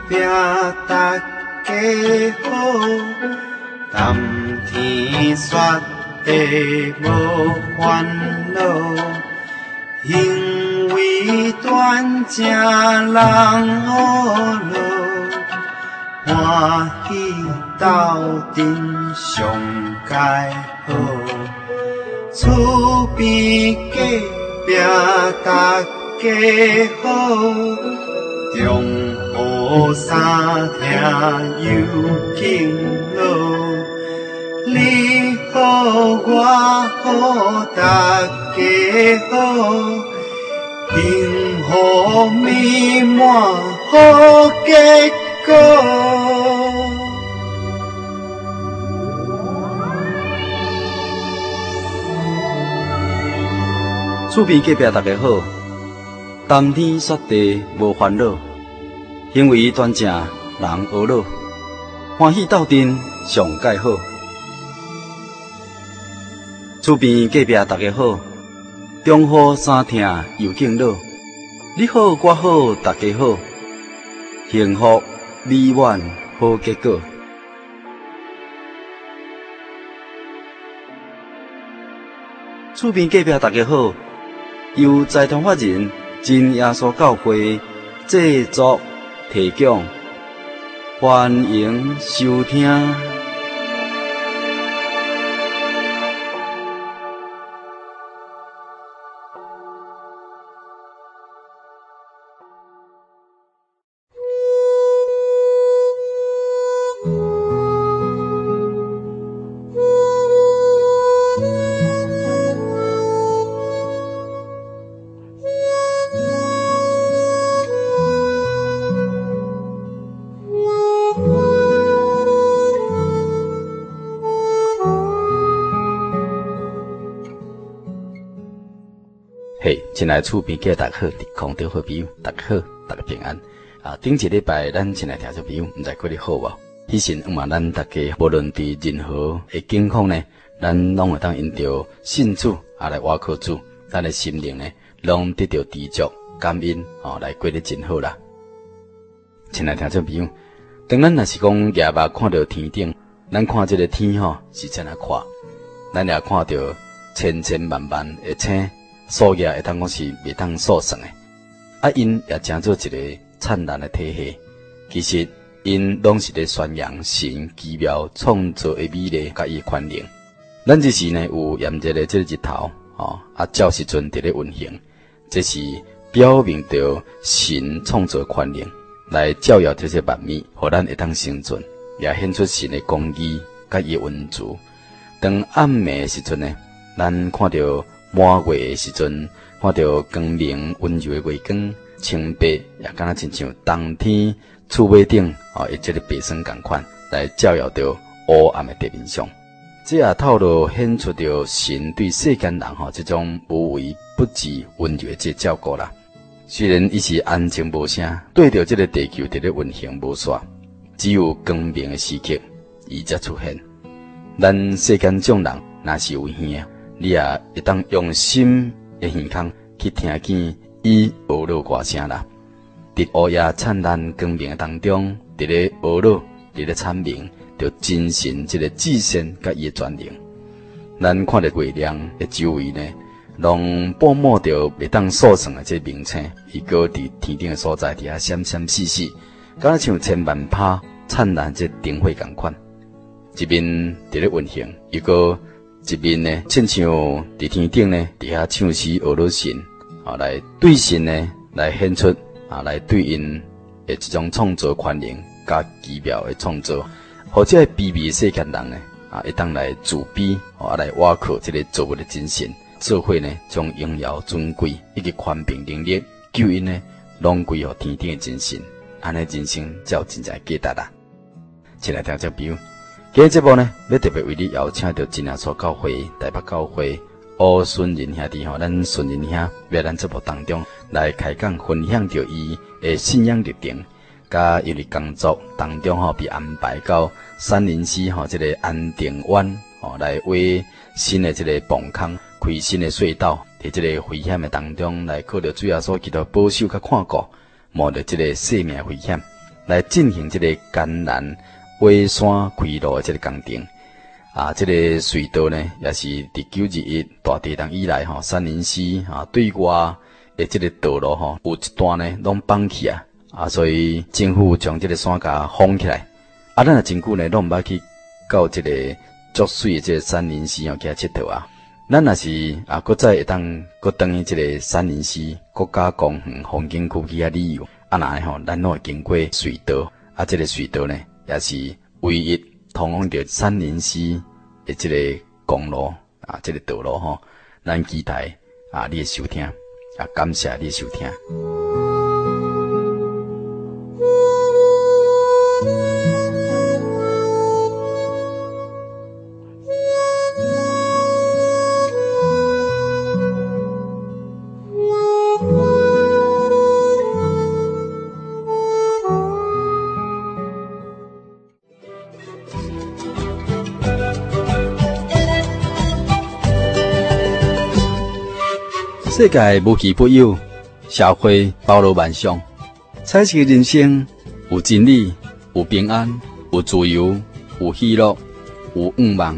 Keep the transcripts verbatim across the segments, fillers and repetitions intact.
壁大家好，谈天说地无烦恼，因为断正人好路，欢喜斗阵上佳好，厝边隔壁大家好，中好三听有敬老，你好我好大家好，幸福美满好结果。 厝边隔壁大家好，谈天说地无烦恼，行为端正人和乐，欢喜斗阵上介好。厝边隔壁大家好，中好三听又敬老，你好我好大家好，幸福美满好结果。厝边隔壁大家好，由财团法人真耶稣教会制作提供，欢迎收听。嘿，亲爱厝边嘅大家好，空中好朋友，大家好，大家平安。啊，顶一礼拜咱亲爱听众朋友，唔知过得好无？希神希望咱大家无论伫任何嘅境况呢，咱拢会当因着信主啊来倚靠主，咱的心灵呢，拢得到知足感恩哦，来过得真好啦。亲爱听众朋友，当咱若是讲夜晚看到天顶，咱看这个天吼、哦、是怎样看，咱也看到千千万万的星。数额会当讲是袂当数算诶，啊，因也成做一个灿烂的体系。其实因拢是咧宣扬神奇妙创造的美丽甲伊宽容。咱这时呢有炎热的这个日头，哦，啊，照时阵伫咧运行，这是表明着神创造宽容，来照耀这些万物，互咱会当生存，也显出神的公义甲伊温柔。当暗暝的时阵呢，咱看到。满月的时阵，看到光明温柔的月光，清白也敢若亲像冬天厝尾顶哦，伊这个白霜共款，来照耀着黑暗的地面上。这也透露显出着神对世间人吼、哦、这种无微不至温柔的这照顾啦。虽然伊是安静无声，对着这个地球伫咧运行无煞，只有光明的时刻，伊才出现。咱世间众人若是有耳。你也会当用心的耳孔去听见伊学乐歌声啦。伫黑夜灿烂光明当中，伫咧学乐，伫咧阐明，着真神这个至善甲伊的全能。咱看着月亮的周围呢，拢布满着袂当数算的这明星，伊搁伫天顶的所在，伫遐闪闪烁烁，敢若像千万拍灿烂这灯火共款。一边伫咧运行，伊搁。一面呢，亲像伫天顶呢，伫遐唱诗学乐神，啊，来对神呢，来显出啊，来对因的这种创造宽容甲奇妙的创造，或者卑微世间人呢，啊，会当来自卑，啊，来倚靠这个造物的真神，做伙呢，将荣耀尊贵以及宽平能力救因呢，拢归予天顶的真神，安尼人生才有真正价值啦。亲爱听众朋友。今日节目呢，要特别为你邀请到真耶稣教会台北教会乌顺仁兄弟吼，咱顺仁兄要咱节目当中来开讲分享着伊的信仰历程，甲伊的工作当中吼被安排到三林市吼这个安定湾吼来为新的这个磅空开新的隧道，伫这个危险的当中来靠着主耶稣基督保守甲看顾，冒着这个生命危险。 来进行这个艰难挖山开路的这个工程。啊，这个隧道呢，也是第九二一大地震以来吼，三林溪啊对外的这个道路吼，有一段呢拢绑起啊，啊，所以政府将这个山甲封起来。啊，咱也真久呢，拢毋捌去到这个足水的这个三林溪哦，去遐佚佗啊。咱若是啊，搁再会当搁等于这个三林溪国家公园风景区去遐旅游，啊，那吼，咱拢会经过隧道，啊，这个隧道呢，也是唯一通往着三林溪的这个公路啊，这个道路吼，咱期待啊，你的收听啊，感谢你的收听。世界无奇不有，社会包罗万象，彩色人生有真理，有平安，有自由，有喜乐，有愿望。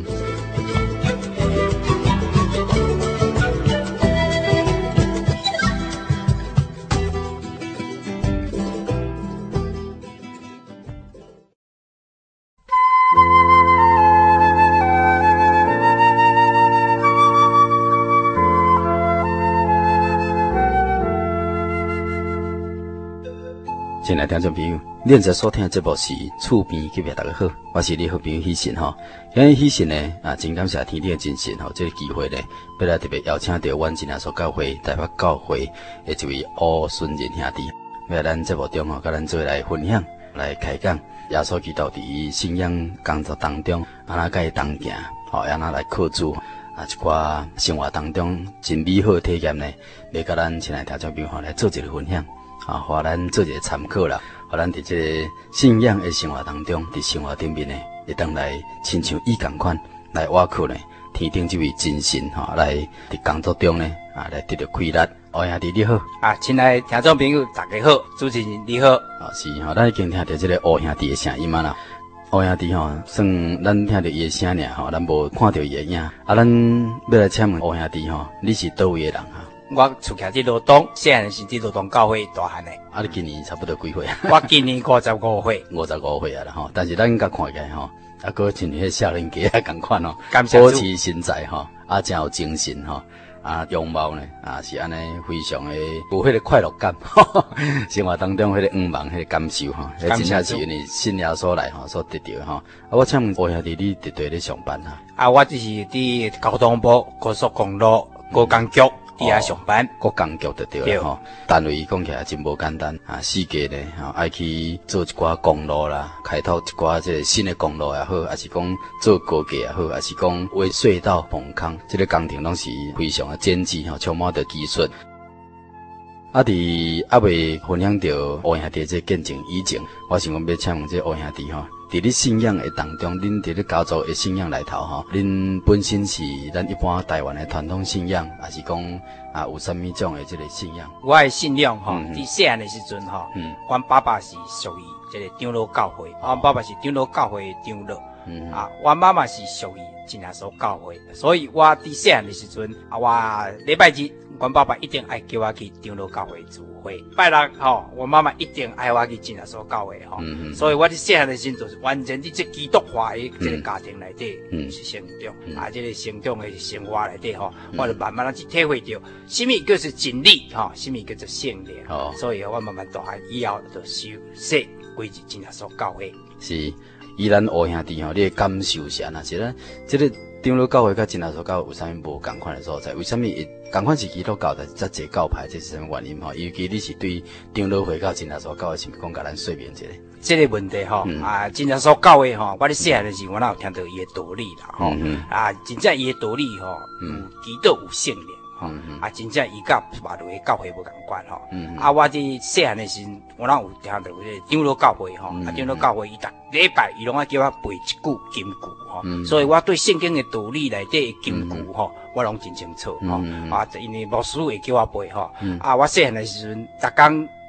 亲爱的听众朋友，你现在所听的节目是厝边隔壁，大家好，我是你好朋友喜信吼。今日喜信呢，啊，真感谢天地的真神吼，这个机会呢，要来特别邀请到阮真耶稣教会台北教会的一位吴顺仁兄弟，要来咱节目中吼，甲咱做来分享，来开讲耶稣基督伫信仰工作当中，安那甲伊同行，吼，安那来靠主。啊，一寡生活当中真美好的体验呢，要甲咱亲爱的听众朋友吼来做一个分享。啊，互咱做一个参考啦，互咱伫这个信仰的生活当中，伫生活顶面呢，会当来亲像伊共款来挖靠呢，天顶这位真神吼，来伫工作中呢，啊，来得到快乐。欧兄弟你好， 啊，亲爱的听众朋友大家好，主持人你好。 啊，是吼，咱已经听到这个欧兄弟的声音嘛啦。欧兄弟吼，算咱听到伊的声尔吼，咱无看到伊的影。啊，咱要来请问欧兄弟吼，你是倒位的人哈？ 我出徛伫罗东，细汉是伫罗东教会大汉的。 啊，你今年差不多几岁啊？ 我今年五十五岁。 五十五岁啊啦吼，但是咱甲看起来吼，啊，搁像迄少年家啊共款哦， 保持身材吼，啊，真有精神吼，啊，容貌呢，啊，是安尼非常的有迄个快乐感，生活当中迄个愿望、迄个感受吼，迄真正是因为信仰所来吼所得到吼。啊，我请问吴兄弟，你伫对咧上班哈？ 啊，我就是伫交通部高速公路高工局。伫遐上班， 国工局就对了吼。单位讲起来真无简单啊，世界呢，吼爱去做一寡公路啦，开拓一寡这个新的公路也好，还是讲做高架也好，还是讲挖隧道、棚坑，这个工程拢是非常的艰巨吼，充满着技术。啊，伫还未分享到欧兄弟这见证以前，我想讲要请问这欧兄弟吼。伫你信仰的当中，恁伫你家族的信仰内头吼，恁本身是咱一般台湾的传统信仰，还是讲啊有啥物种的这个信仰？ 我的信仰吼，伫细汉的时阵吼，阮爸爸是属于这个长老教会，阮爸爸是长老教会的长老，啊，阮妈妈是属于真耶稣教会，所以我伫细汉的时阵，啊，我礼拜日，阮爸爸一定爱叫我去长老教会聚会，拜六吼，我妈妈一定爱我去真耶稣教会吼，所以我伫细汉的时阵，完全伫这基督化的这个家庭内底是成长，啊，这个成长的生活内底吼，我就慢慢啊去体会到，什么叫做真理吼，什么叫做圣灵，所以我慢慢大汉以后就修说归入真耶稣教会。 是。依咱乌兄弟吼，你的感受是安那？是咱这个长老教会甲真耶稣教会有啥物无共款的所在？为什么会共款是基督教，但是遮济教派，这是啥物原因吼？尤其你是对长老会甲真耶稣教会，是毋是讲甲咱说明一下？ 这个问题吼，啊，真耶稣教会吼，我咧细汉的时候，我哪有听到伊的道理啦吼，啊，真正伊的道理吼，有基督有圣灵。嗯嗯、啊，真正伊甲外头的教会无共款吼。嗯嗯、啊，我伫细汉的时，我哪有听到这长老教会吼，嗯嗯、啊，长老教会伊逐礼拜伊拢爱叫我背一句金句吼，嗯、所以我对圣经的道理内底的金句吼，嗯、我拢真清楚吼。嗯、啊，因为牧师会叫我背吼。嗯、啊，我细汉的时阵，逐工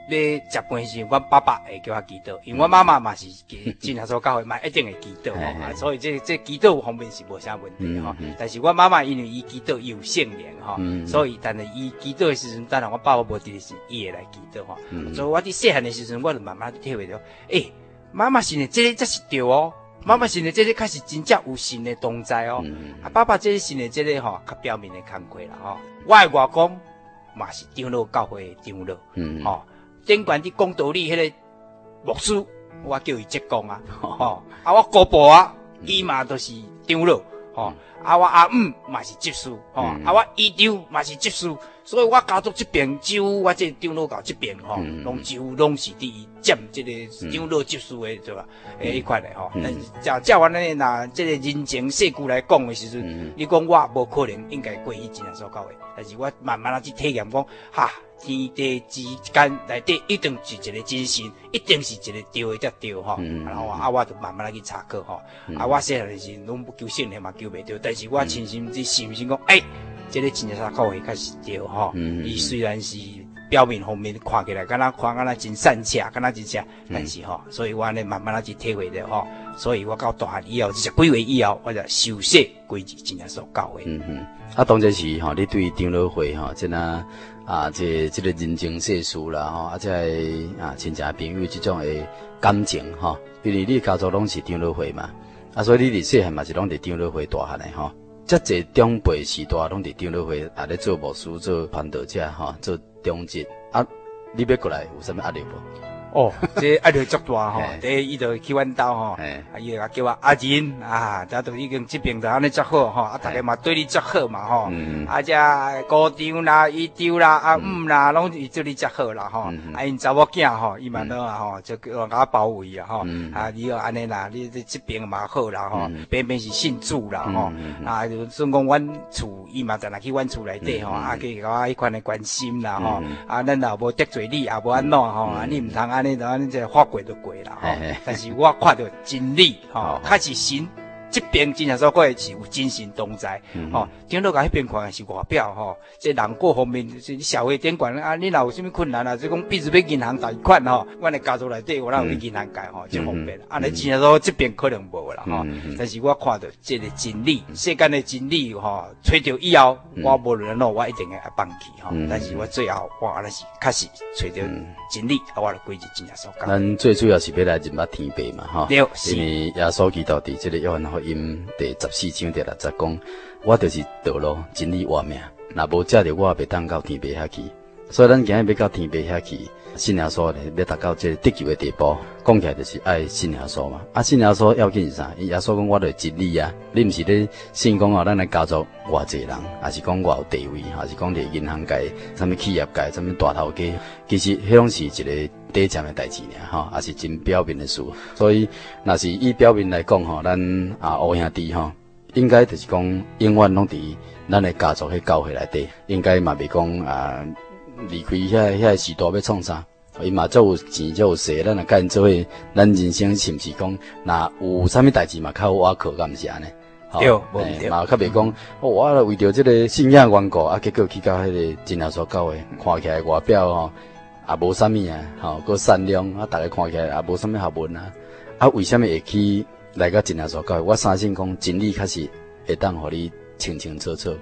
要食饭时，阮爸爸会叫我祈祷，因为我妈妈嘛是真耶稣教会嘛一定会祈祷吼，啊，所以这这祈祷方面是无啥问题吼。但是我妈妈因为伊祈祷伊有圣灵吼，所以但是伊祈祷的时阵，当然我爸爸无伫时，伊会来祈祷吼。所以我伫细汉的时阵，我就慢慢去体会到，诶，妈妈信的这个才是对哦，妈妈信的这个开始真正有神的同在哦。啊，爸爸这个信的这个吼，较表面的工课啦吼。我的外公嘛是长老教会的长老，吼。顶悬伫讲道理，迄个牧师，我叫伊浙讲啊，吼，啊我姑婆啊，伊嘛都是长老，吼，啊我阿姆嘛是执事，吼，啊我姨丈嘛是执事，所以我家族这边就我这长老教这边吼，拢几乎拢是伫占这个长老执事的对吧？诶，迄块的吼，但是照照完咧，那这个人情世故来讲的时阵，你讲我无可能应该过去真耶稣教会，但是我慢慢啊去体验讲，哈。天地之间内底一定是一个真神，一定是一个对的才对吼。然后啊，我就慢慢来去查考吼。啊，我细汉的时拢不求圣灵嘛，求袂着。但是我深深之信心讲，诶，这个真耶稣教会开始对吼。伊虽然是表面方面看起来，敢若看敢若真善巧，敢若真啥，但是吼，所以我呢慢慢来去体会着吼。所以我到大汉以后，十几岁以后，我就受洗归入真耶稣教会。 嗯哼，啊，当这时吼，你对长老会吼，即那。啊，这这个人情世事啦，吼，啊，这啊亲戚朋友这种的感情，吼，因为你家族拢是长老会嘛，啊，所以你伫细汉嘛是拢伫长老会大汉的吼，遮侪长辈时代拢伫长老会啊咧做牧师、做传道者，吼，做中职，啊，你要过来有啥物压力无？ 哦，这压力足大吼，第一伊就去阮兜吼，啊伊个叫我阿仁啊，咱都已经这边就安尼足好吼，啊大家嘛对你足好嘛吼，啊遮姑丈啦、姨丈啦、阿姆啦，拢伊对你足好啦吼，啊因查某囝吼，伊嘛都啊吼，就叫我甲包围啊吼，啊你要安尼啦，你这这边嘛好啦吼，边边是信主啦吼，啊就算讲阮厝，伊嘛常常去阮厝内底吼，啊去甲我迄款的关心啦吼，啊咱也无得罪你，也无安怎吼，啊你毋通安。安尼就安尼这法过就过啦吼，但是我看到真理吼，确实神这边真耶稣教会是有真神同在吼。长老甲迄边看是外表吼，这人各方面是社会顶悬啊，你若有啥物困难啊，即讲比如要银行贷款吼，阮的家族内底我哪有去银行贷吼，真方便。啊，你真耶稣这边可能无啦吼，但是我看到这个真理，世间的真理吼，找到以后，我无论喏，我一定会放弃吼。但是我最后我安尼是确实找到真理，啊，我就归入真耶稣教会。 咱最主要是要来认捌天父嘛吼， 对， 因为耶稣基督伫这个约翰福音第十四章第六节讲，我就是道路、真理、活命，若无遮着我袂当到天父遐去。所以咱今日要到天父遐去，信耶稣咧，要达到这个得救的地步，讲起来就是爱信耶稣嘛。啊，信耶稣要紧是啥？耶稣讲我就是真理啊，你毋是咧信讲哦，咱来家族偌济人，还是讲我有地位，还是讲伫银行界、什么企业界、什么大头家，其实迄拢是一个底层的代志尔，吼，也是真表面的事。所以，若是以表面来讲吼，咱啊乌兄弟吼，应该就是讲永远拢伫咱的家族迄教会内底，应该嘛袂讲啊。离开遐遐时代要创啥？伊嘛足有钱，足有势，咱若甲因做伙，咱人生是毋是讲，若有啥物代志嘛较好挖靠，敢毋是安尼？ 对，无毋对。 嘛较袂讲，哦，我为着即个信仰缘故，啊，结果去到迄个真耶稣教会，看起来外表吼也无啥物啊，吼，佮善良，啊，逐个看起来也无啥物学问啊，啊，为虾米会去来到真耶稣教会？我相信讲真理确实会当互你清清楚楚。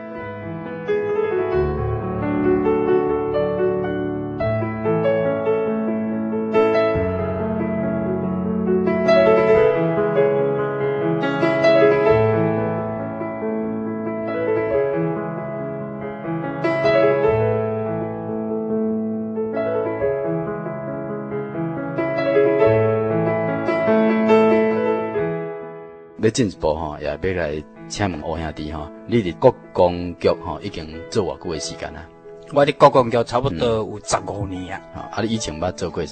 要进一步吼，也要来请问乌兄弟吼，你伫国光局吼已经做偌久的时间啊？ 我伫国光局差不多有十五年啊。 啊，你以前捌做过啥？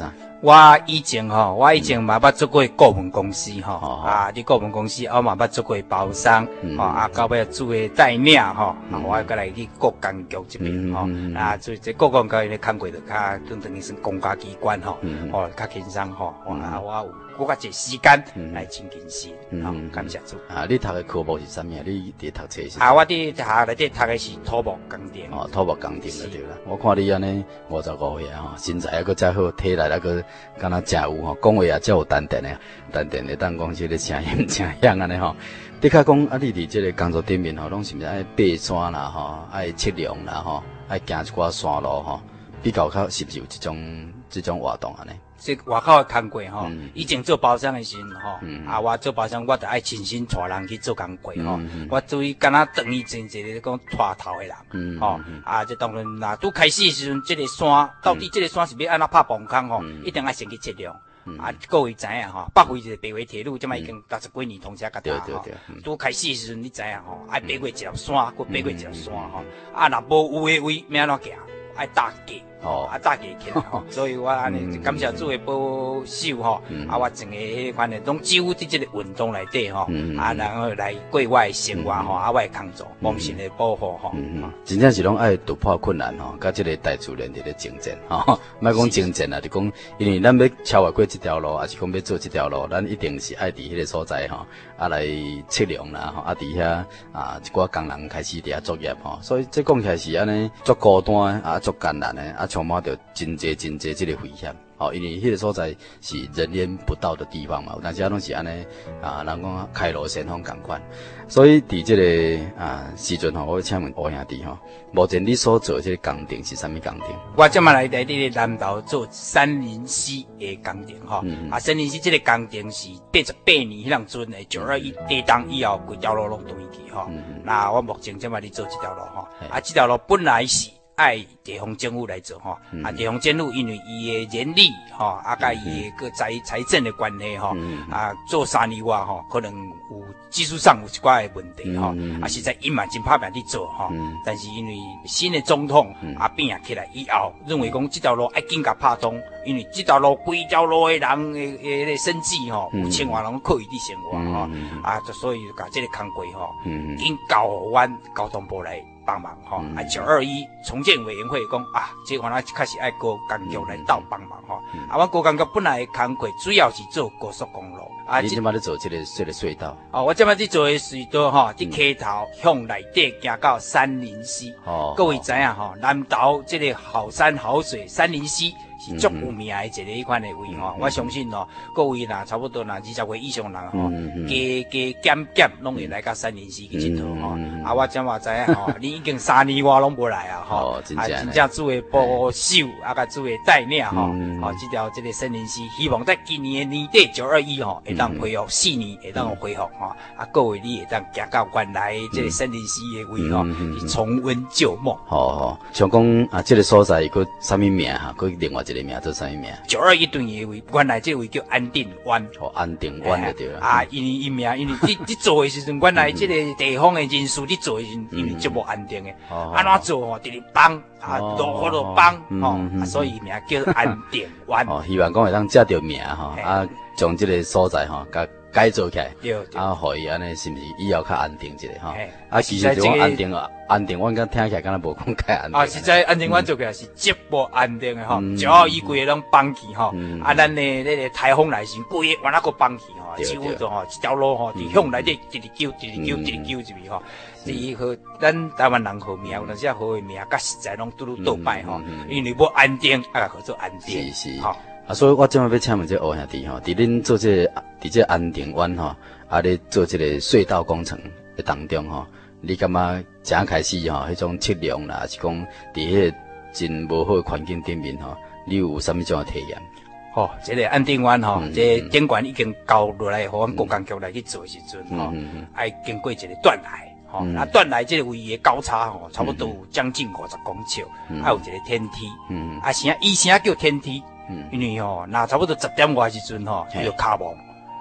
我以前吼，我以前嘛捌做过顾问公司吼，啊，伫顾问公司我嘛捌做过包商，吼啊，到尾做个带领吼，啊，我过来去国工局这边吼，啊，做这国工局咧工作就较等等于算公家机关吼，吼较轻松吼，啊，我有。我较侪时间来亲近师，好，感谢主。 啊，你读的科目是啥物啊？你伫读册是？ 啊，我伫读内底读的是土木工程。 哦，土木工程就对啦。我看你安尼五十五岁啊，吼，身材还阁遮好，体力还阁敢若真有吼，讲话也遮有丹田诶，丹田诶，当讲即个声音真响安尼吼。你较讲啊，你伫即个工作顶面吼，拢是毋是爱爬山啦吼，爱测量啦吼，爱行一寡山路吼，比较较是不是有即种即种活动安尼？ 这外口的工过吼，以前做包商的时候吼，啊，我做包商，我就爱亲身带人去做工过吼。我注意敢若等于真一个讲带头的人，吼，啊，这当然啦，拄开始的时阵，这个山到底这个山是要安怎拍崩坑吼，一定爱先去测量。啊，各位知影吼，北回就是北回铁路，即摆已经六十几年通车甲搭吼。拄开始的时阵，你知影吼，爱爬过一条山，佮爬过一条山吼，啊，若无有诶位，要安怎行？爱搭架。哦，啊，搭架起来吼，所以我安尼感谢主的保守吼，啊，我整个迄款的拢几乎伫即个运动内底吼，啊，然后来过我的生活吼，啊，我的工作，蒙神的保护吼。 真正是拢爱突破困难吼，甲即个大自然伫咧征战吼，莫讲征战啦，就讲因为咱要超越过即条路，还是讲要做即条路，咱一定是爱伫迄个所在吼，啊来测量啦吼，啊伫遐啊一寡工人开始伫遐作业吼，所以这讲起来是安尼足孤单啊，足艰难的啊。充满着真济真济这个危险，哦，因为迄个所在是人烟不到的地方嘛，有当时啊拢是安尼啊，人讲开路先锋共款，所以伫这个啊时阵吼，我请问吴兄弟吼，目前你所做这个工程是啥物工程？ 我即马来在这个南投做三林溪的工程吼，嗯、啊，三林溪这个工程是八十八年迄当阵的九二一地震以后，规条路拢断去吼，嗯、那我目前即马咧做这条路吼，啊，这条路本来是。爱地方政府来做吼，啊，地方政府因为伊的人力吼，啊，甲伊个财财政的关系吼，啊，做三年外吼，可能有技术上有一寡的问题吼，啊，实在伊嘛真拍拼去做吼，但是因为新的总统啊变啊起来以后，认为讲这条路爱紧甲拍通，因为这条路规条路的人的诶个生计吼，有千万人靠伊伫生活吼，啊，所以就甲这个工过吼，紧交互阮交通部来。帮忙吼，啊九二一重建委员会讲啊，这款啊开始爱高工局来到帮忙吼，啊，阮高工局本来的工作主要是做高速公路，啊， 你即摆咧做这个这个隧道？ 哦，我即摆咧做的隧道吼，伫溪头向内底行到三林溪。哦，各位知影吼，南投这个好山好水，三林溪。是足有名的一个迄款的位吼，我相信吼，各位啦，差不多啦，二十岁以上人吼，加加减减拢会来到三林溪去佚佗吼。啊，我怎话知影吼？你已经三年外拢无来啊吼，啊，真正主的保守，啊，甲主的带领吼，吼，这条这个三林溪，希望在今年的年底九二一吼，会当恢复四年会当恢复吼，啊，各位你会当行到原来这个三林溪的位吼，重温旧梦。 好好，像讲啊，这个所在个啥物名哈？个另外一。这个名做啥物名？ 九二一段的位，原来这位叫安定湾。 哦，安定湾就对了。 啊，因为因名，因为你你做的时阵，原来这个地方的人士，你做的时阵，因为足无安定的。哦。安怎做吼？直直帮啊，落雨落帮吼，所以名叫安定湾。 哦，希望讲会当借着名吼，啊，将这个所在吼，甲改造起来。 对。 啊，互伊安尼是毋是以后较安定一个吼？啊，其实就安定啊。安定，我敢听起来敢若无讲介安定。 啊，实在安定，我做起来是极无安定的吼，只要伊规个拢放弃吼，啊，咱的那个台风来时，规个原来个放弃吼，几乎就吼一条路吼，伫向内底直直救，直直救，直直救入去吼。伊和咱台湾人好命，有当时啊好的命，甲实在拢拄拄倒摆吼，因为无安定，啊，合做安定。 是是。吼啊，所以我今麦要请问这吴兄弟吼，伫恁做这伫这安定湾吼，啊咧做这个隧道工程的当中吼。你感觉正开始吼，迄种测量啦，是讲伫迄个真无好的环境顶面吼，你有啥物种的体验？ 吼，这个安定湾吼，这监管已经交落来，互阮国工局来去做时阵吼，爱经过一个断崖，吼，啊断崖这个位的高差吼，差不多有将近五十公尺，还有一个天梯，啊，啥以前叫天梯，因为吼，那差不多十点外时阵吼，就卡无。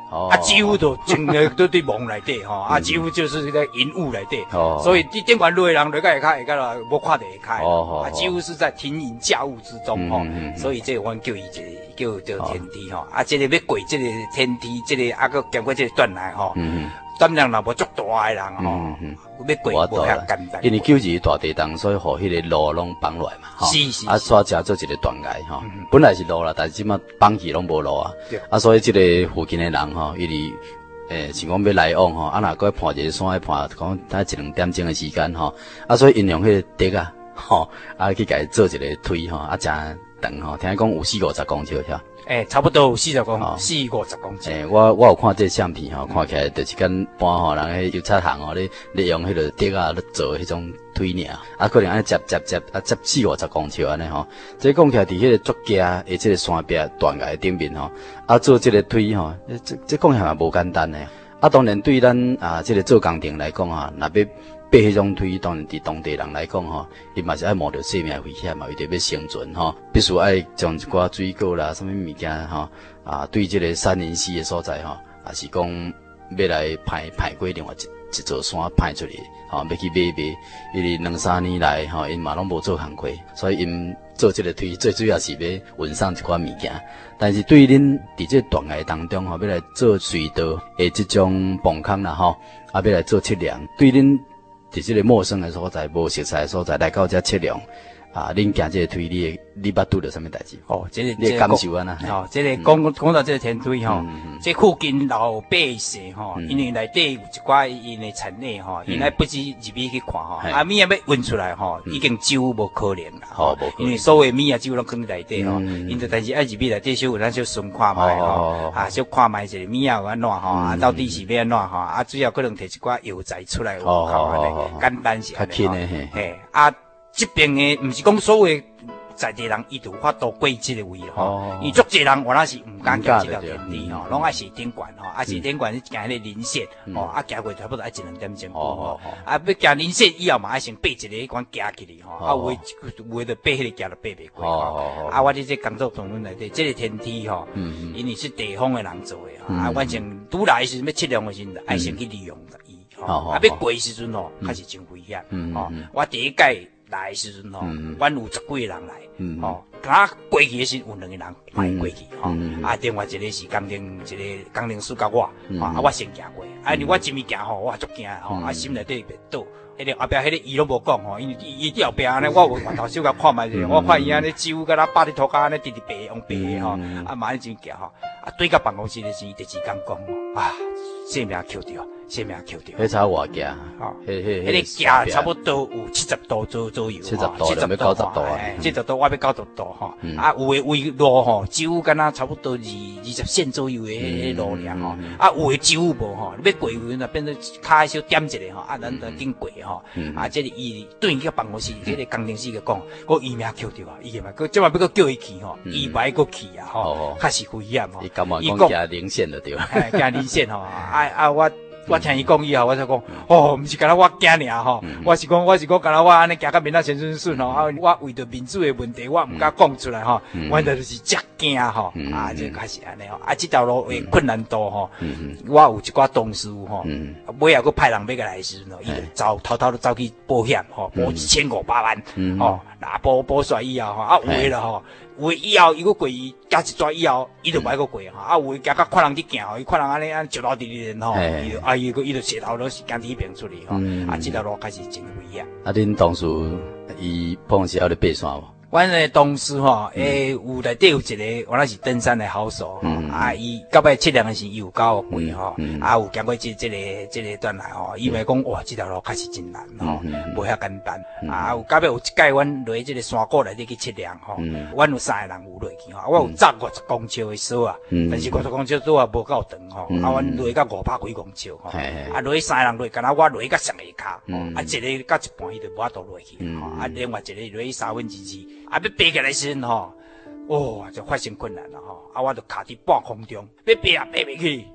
哦， 啊，几乎都整个都对梦内底吼，啊，几乎就是在云雾内底，哦，所以你顶管落的人，落个下骹下骹啦，无看得下骹，哦，啊，几乎是在停云驾雾之中吼，所以这阮叫伊一个叫叫天梯吼，啊，这个要过这个天梯，这个啊个经过这个断崖吼，胆量若无足大的人吼，要过无遐简单。 因为九二大地震，所以互迄个路拢绑落来嘛，吼， 是是， 啊，煞加做一个断崖吼，本来是路啦，但是即马绑起拢无路啊，啊，所以这个附近的人吼，伊哩。诶，是讲要来往吼，啊，若搁爬一个山，爬讲大一两点钟的时间吼，啊，所以因用迄个竹啊，吼，啊去甲伊做一个推吼，啊，真长吼，听讲有四五十公尺遐。 诶，差不多有四十公，四五十公尺。 诶，我我有看这相片吼，看起来就是跟般吼，人迄油漆行吼，咧咧用迄个竹啊咧做迄种推尔，啊，可能安尼接接接啊接四五十公尺安尼吼。这讲起来，伫迄个竹架诶，即个山壁断崖顶面吼，啊做即个推吼，这这讲起来嘛无简单诶。啊，当然对咱啊即个做工程来讲吼，若要爬迄种推，当然伫当地人来讲吼，伊嘛是爱冒着生命危险嘛，为着要生存吼，必须爱将一寡水果啦、什么物件吼啊，对即个山林溪的所在吼，也是讲要来排排过另外一一座山排出去，吼，要去买卖。因为两三年来吼，因嘛拢无做工课，所以因做即个推，最主要是要运送一寡物件。但是对恁伫这断崖当中吼，要来做隧道的即种崩坑啦吼，啊，要来做测量，对恁。伫即个陌生的所在、无熟悉的所在来到遮测量，啊，恁行这个推理，你捌拄着什么代志？ 哦，这个你感受安那？ 哦，这个讲讲到这个天推吼，这附近老百姓吼，因为内底有一寡因的产业吼，因来不止入去去看吼，啊米啊要运出来吼，已经几乎无可能啦，吼，因为所有米啊几乎拢放在内底吼，因着但是爱入去内底小有咱小顺看卖吼，啊小看卖一个米啊有安怎吼，啊到底是要安怎吼，啊主要可能摕一寡药材出来有效安尼，简单是安尼吼，嘿啊。这边的不是讲所有在地人伊有法度过这个位吼，伊足侪人原来是唔敢行这条天梯吼，拢爱是顶管吼，啊是顶管是行迄个林线吼，啊行过差不多爱一两点钟吼，啊要行林线以后嘛爱先爬一个迄款行起哩吼，啊有诶有诶就爬迄个行就爬袂过吼，啊我伫这工作团队内底，这个天梯吼，因为是地方诶人做诶吼，啊反正拄来时要测量诶时阵，爱先去利用伊吼，啊要过时阵吼，开始真危险吼，我第一届。来的时阵吼，阮有十几个人来，吼，刚过去的时有两个人迈过去，吼，啊，另外一个是工程一个工程师甲我，啊，我先行过，啊，因为我前面行吼，我足惊吼，啊，心内底别倒，迄个后壁迄个伊拢无讲吼，因为伊伊后壁安尼，我有回头手甲看卖者，我看伊安尼手甲咱摆伫涂骹安尼直直白用白吼，啊，嘛安尼真惊吼，啊，对到办公室的时，第二工讲吼，啊，性命扣着。生命扣掉， 迄差外行， 吼，迄迄个行差不多有七十度左左右， 七十度，七十度，九十度啊， 七十度我要九十度吼，啊有诶位路吼，几乎敢若差不多二二十线左右诶迄路量吼，啊有诶几乎无吼，要过云啊变做骹小点一个吼，啊咱咱顶过吼，啊这个伊对去办公室，这个工程师个讲，我伊命扣掉啊，伊嘛，佮即嘛要佮叫伊去吼，伊歹佮去啊吼，较是危险吼， 伊感觉讲行零线就对， 哎行零线吼，啊啊我。我听伊讲以后，我才讲，哦，毋是干那我惊尔吼，我是讲，我是讲干那我安尼行到面啊顺顺顺吼，啊，我为着民主的问题，我毋敢讲出来吼，我就是遮惊吼，啊，就开始安尼吼，啊，这条路的困难度吼，我有一寡同事吼，尾后佫派人要个来时吼，伊就走偷偷都走去保险吼，保一千五百万，吼，那保保出来以后吼，啊，有诶啦吼。有诶以后，伊佫过伊加一抓以后，伊就袂佫过吼。啊，有诶行甲看人去行吼，伊看人安尼安石头直直吼，伊就啊伊佫伊就石头都是惊起平出去吼。啊，这条路开始真危险。 啊，恁同事伊碰时还咧爬山无？ 阮诶同事吼，诶有内底有一个，原来是登山诶好手，啊，伊到尾测量诶时伊有够过吼，啊有经过即即个即个段来吼，伊咪讲哇，这条路开始真难吼，无遐简单。啊，有到尾有一届阮落即个山谷内底去测量吼，阮有三个人有落去吼，我有十五十公尺诶锁啊，但是五十公尺锁啊无够长吼，啊，阮落到五百几公尺吼，啊，落去三个人落，敢若我落去到上下骹，啊，一个到一半伊就无法度落去，吼，啊，另外一个落去三分之二。啊，要爬起来时阵吼，哦，就发生困难了吼。啊，我就卡伫半空中，要爬也爬袂起，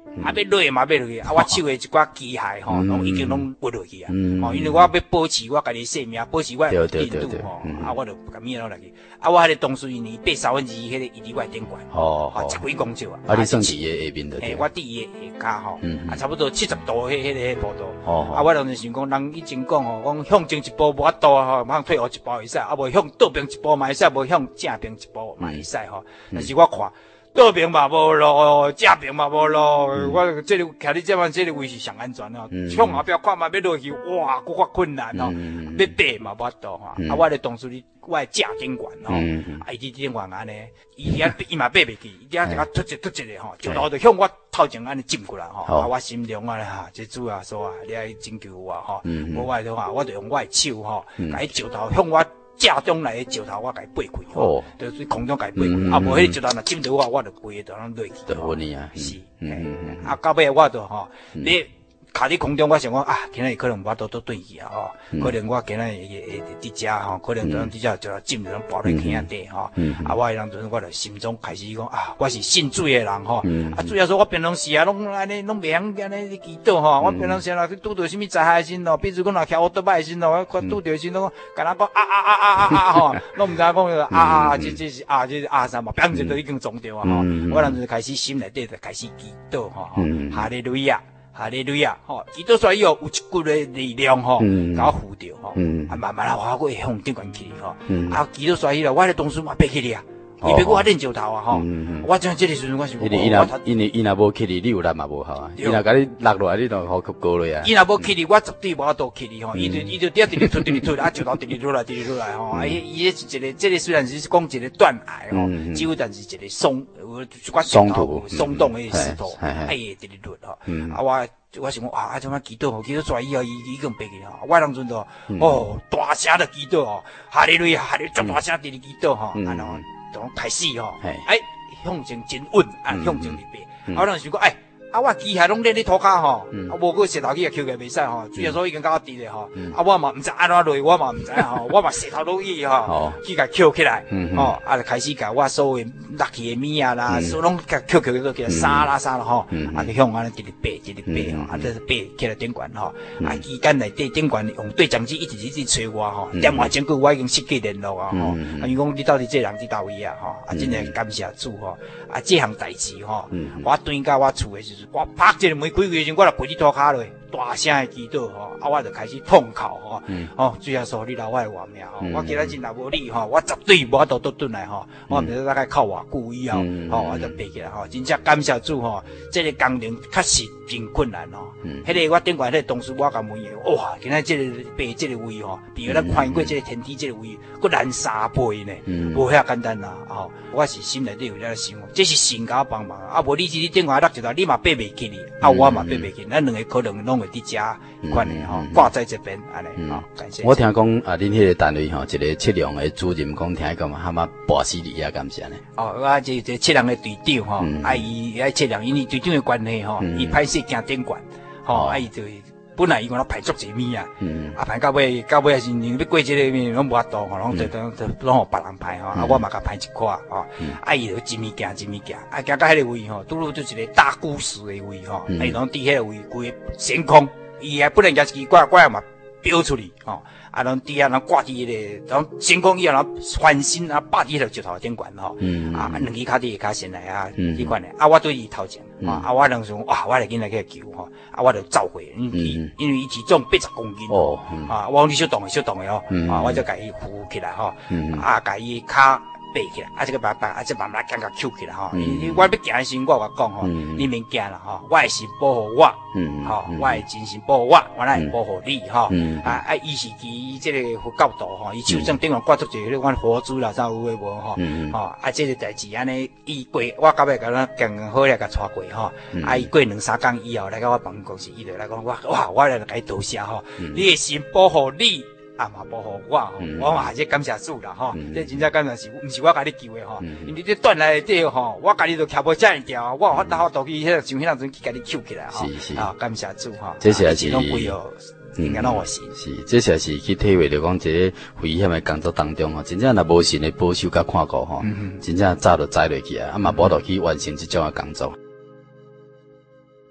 啊要落嘛要落去，啊我手的一寡机械吼，拢已经拢不落去啊，哦，因为我要保持我家己性命，保持我印度吼，啊我就甲咪落去，啊我迄个东水呢八三分之一，迄个伊伫我顶管，哦，十几公尺啊， 啊你算是伊下面的， 诶，我伫伊下骹吼，啊差不多七十度迄迄个迄坡度，哦，啊我当时想讲，人以前讲吼，讲向前一步无法度吼，通退后一步会使，啊无向倒边一步嘛会使，无向正边一步嘛会使吼，但是我看。倒边嘛无路，正边嘛无路，嗯、我这里徛你这边这个位是上安全哦。向后壁看嘛要落去，哇，搁较困难哦。嗯、要爬嘛无法度哈，嗯、啊，我咧当初哩，我正顶管吼，嗯、啊，伊伫顶管安尼，伊遐伊嘛爬袂去，伊遐一个突一突一个吼，就头就向我头前安尼浸过来吼，啊，我心中啊哈，这主啊说啊，你爱拯救我吼，无我的话，我就用我的手吼，甲伊石头向我。正中来的石头，我甲伊爬开吼，就是空中甲伊爬开，啊，无迄个石头若浸着我，我就飞就拢落去。 就稳你啊， 是，啊，到尾我就吼，你徛伫空中，我想讲啊，今仔日可能无法度倒转去啊，吼，可能我今仔日会会伫遮吼，可能伫遮就浸着拢跋落坑底吼，啊，我迄当阵我就心中开始讲啊，我是信水的人吼，啊，主要说我平常时啊，拢安尼拢袂晓安尼祈祷吼，我平常时若拄着什么灾害时咯，比如讲若徛乌托邦时咯，我看拄着时咯，甲人讲啊啊啊啊啊啊吼，拢毋知影讲啊啊，这这是啊这是啊啥嘛，砰就都已经撞着啊吼，我当阵开始心内底就开始祈祷吼，哈利路亚。哈利路亚，吼，祈祷出来以后有一股的力量吼，甲我扶着吼，啊慢慢啊我会向顶管去吼，啊祈祷出来以后，我咧当时嘛爬起哩啊，伊别我练石头啊吼，我像这个时阵我是， 因为伊若因为伊若无起哩，你有力嘛无好啊，伊若甲你落落来，你就好去高了啊。 伊若无起哩，我绝对无法度起哩吼，伊就伊就直直直出直直出，啊石头直直出来直直出来吼，啊伊伊是一个，这个虽然是讲一个断崖吼，只有但是一个松，有一块石头松动的石头，哎直直落吼，啊我。我想讲啊，啊，怎么祈祷吼？祈祷出来以后，伊伊已经爬去吼。我当阵就哦，大声的祈祷吼，哈利路亚，哈利足大声地祈祷吼，然后从开始吼，哎，向前真稳，啊，向前地爬。我当时想讲，哎。啊，我机械拢练咧涂骹吼，啊，无个石头去啊，捡起来袂使吼，主要说已经甲我滴咧吼，啊，我嘛毋知安怎落，我嘛毋知吼，我嘛石头落去吼，去甲捡起来，吼，啊，就开始甲我所有落去的物啊啦，所拢甲捡起来，叫沙啦沙啦吼，啊，就向安尼直直爬，直直爬吼，啊，就是爬起来顶悬吼，啊，期间内底顶悬用对讲机一直一直催我吼，电话整句我已经失去联络啊吼，啊，伊讲你到底这人伫倒位啊吼，啊，真诶感谢主吼，啊，这项代志吼，我转到我厝诶时。我拍这个门开开时，我就陪你涂骹落，大声的祈祷吼，啊，我就开始痛哭吼，哦，主要说你留我的活命吼，我今仔日若无你吼，我绝对无法度倒转来吼，我毋知大概靠偌久以后，吼，我就爬起来吼，真正感谢主吼，这个工程确实真困难吼，迄个我顶悬迄个同事我甲问伊，哇，今仔这个爬这个位吼，比咱看过这个天梯这个位，佫难三倍呢，无遐简单啦，吼，我是心内底有在想，这是神甲我帮忙啊，无你是你顶悬落一头，你嘛爬袂起哩，啊，我嘛爬袂起，咱两个可能拢会伫遮款的吼，挂在这边安尼吼，感谢。 我听讲啊，恁迄个单位吼，一个测量的主任讲，听讲嘛，蛤蟆跋死你啊，感谢呢。哦， 我这这测量的队长吼，啊伊爱测量，因为队长的关系吼，伊歹势行顶悬，吼，啊伊就本来伊讲咧排足一物啊，啊排到尾到尾是要过这个面拢无法度吼，拢就拢拢互别人排吼，啊我嘛甲排一块吼，啊伊就一物件一物件，啊行到迄个位吼，拄拄就一个大故事的位吼，啊伊拢伫迄个位规升空，伊还不能举一支管管嘛飙出去吼，啊拢伫遐人挂伫迄个，拢升空以后人翻身啊，霸伫迄个石头顶悬吼，啊两支骹底下骹先来啊，迄款的，啊我对伊头前。啊！我当时讲哇，我来紧来去救吼，啊，我就走回，因为因为伊体重八十公斤哦，啊，我讲你小动的小动的哦，啊，我就甲伊扶起来吼，啊，甲伊骹爬起来，啊，这个把把啊，这慢慢将甲捡起来吼，我要行的时候，我甲讲吼，你免惊啦吼，我的神保护我，吼，我的精神保护我，我来保护你吼，啊啊，伊是伫这个佛教徒吼，伊手上顶上挂着一个迄款佛珠啦，啥有诶无吼，吼，啊，这个代志安尼，伊过我到尾甲咱刚刚好来甲带过吼，啊，伊过两三工以后来到我办公室，伊就来讲我哇，我来甲伊多谢吼，你的神保护你。啊嘛保护我吼，我嘛这感谢主啦吼，这真正感谢是，毋是我甲你救的吼，因为这断来底吼，我家己都徛无遮尔条，我有法度度去迄个像迄阵去甲你捡起来吼，啊感谢主吼， 这是是拢贵哦，应该拢我是是，这是是去体会着讲这个危险的工作当中吼，真正若无神的保守甲看顾吼，真正早就栽落去啊，啊嘛无法度去完成这种的工作。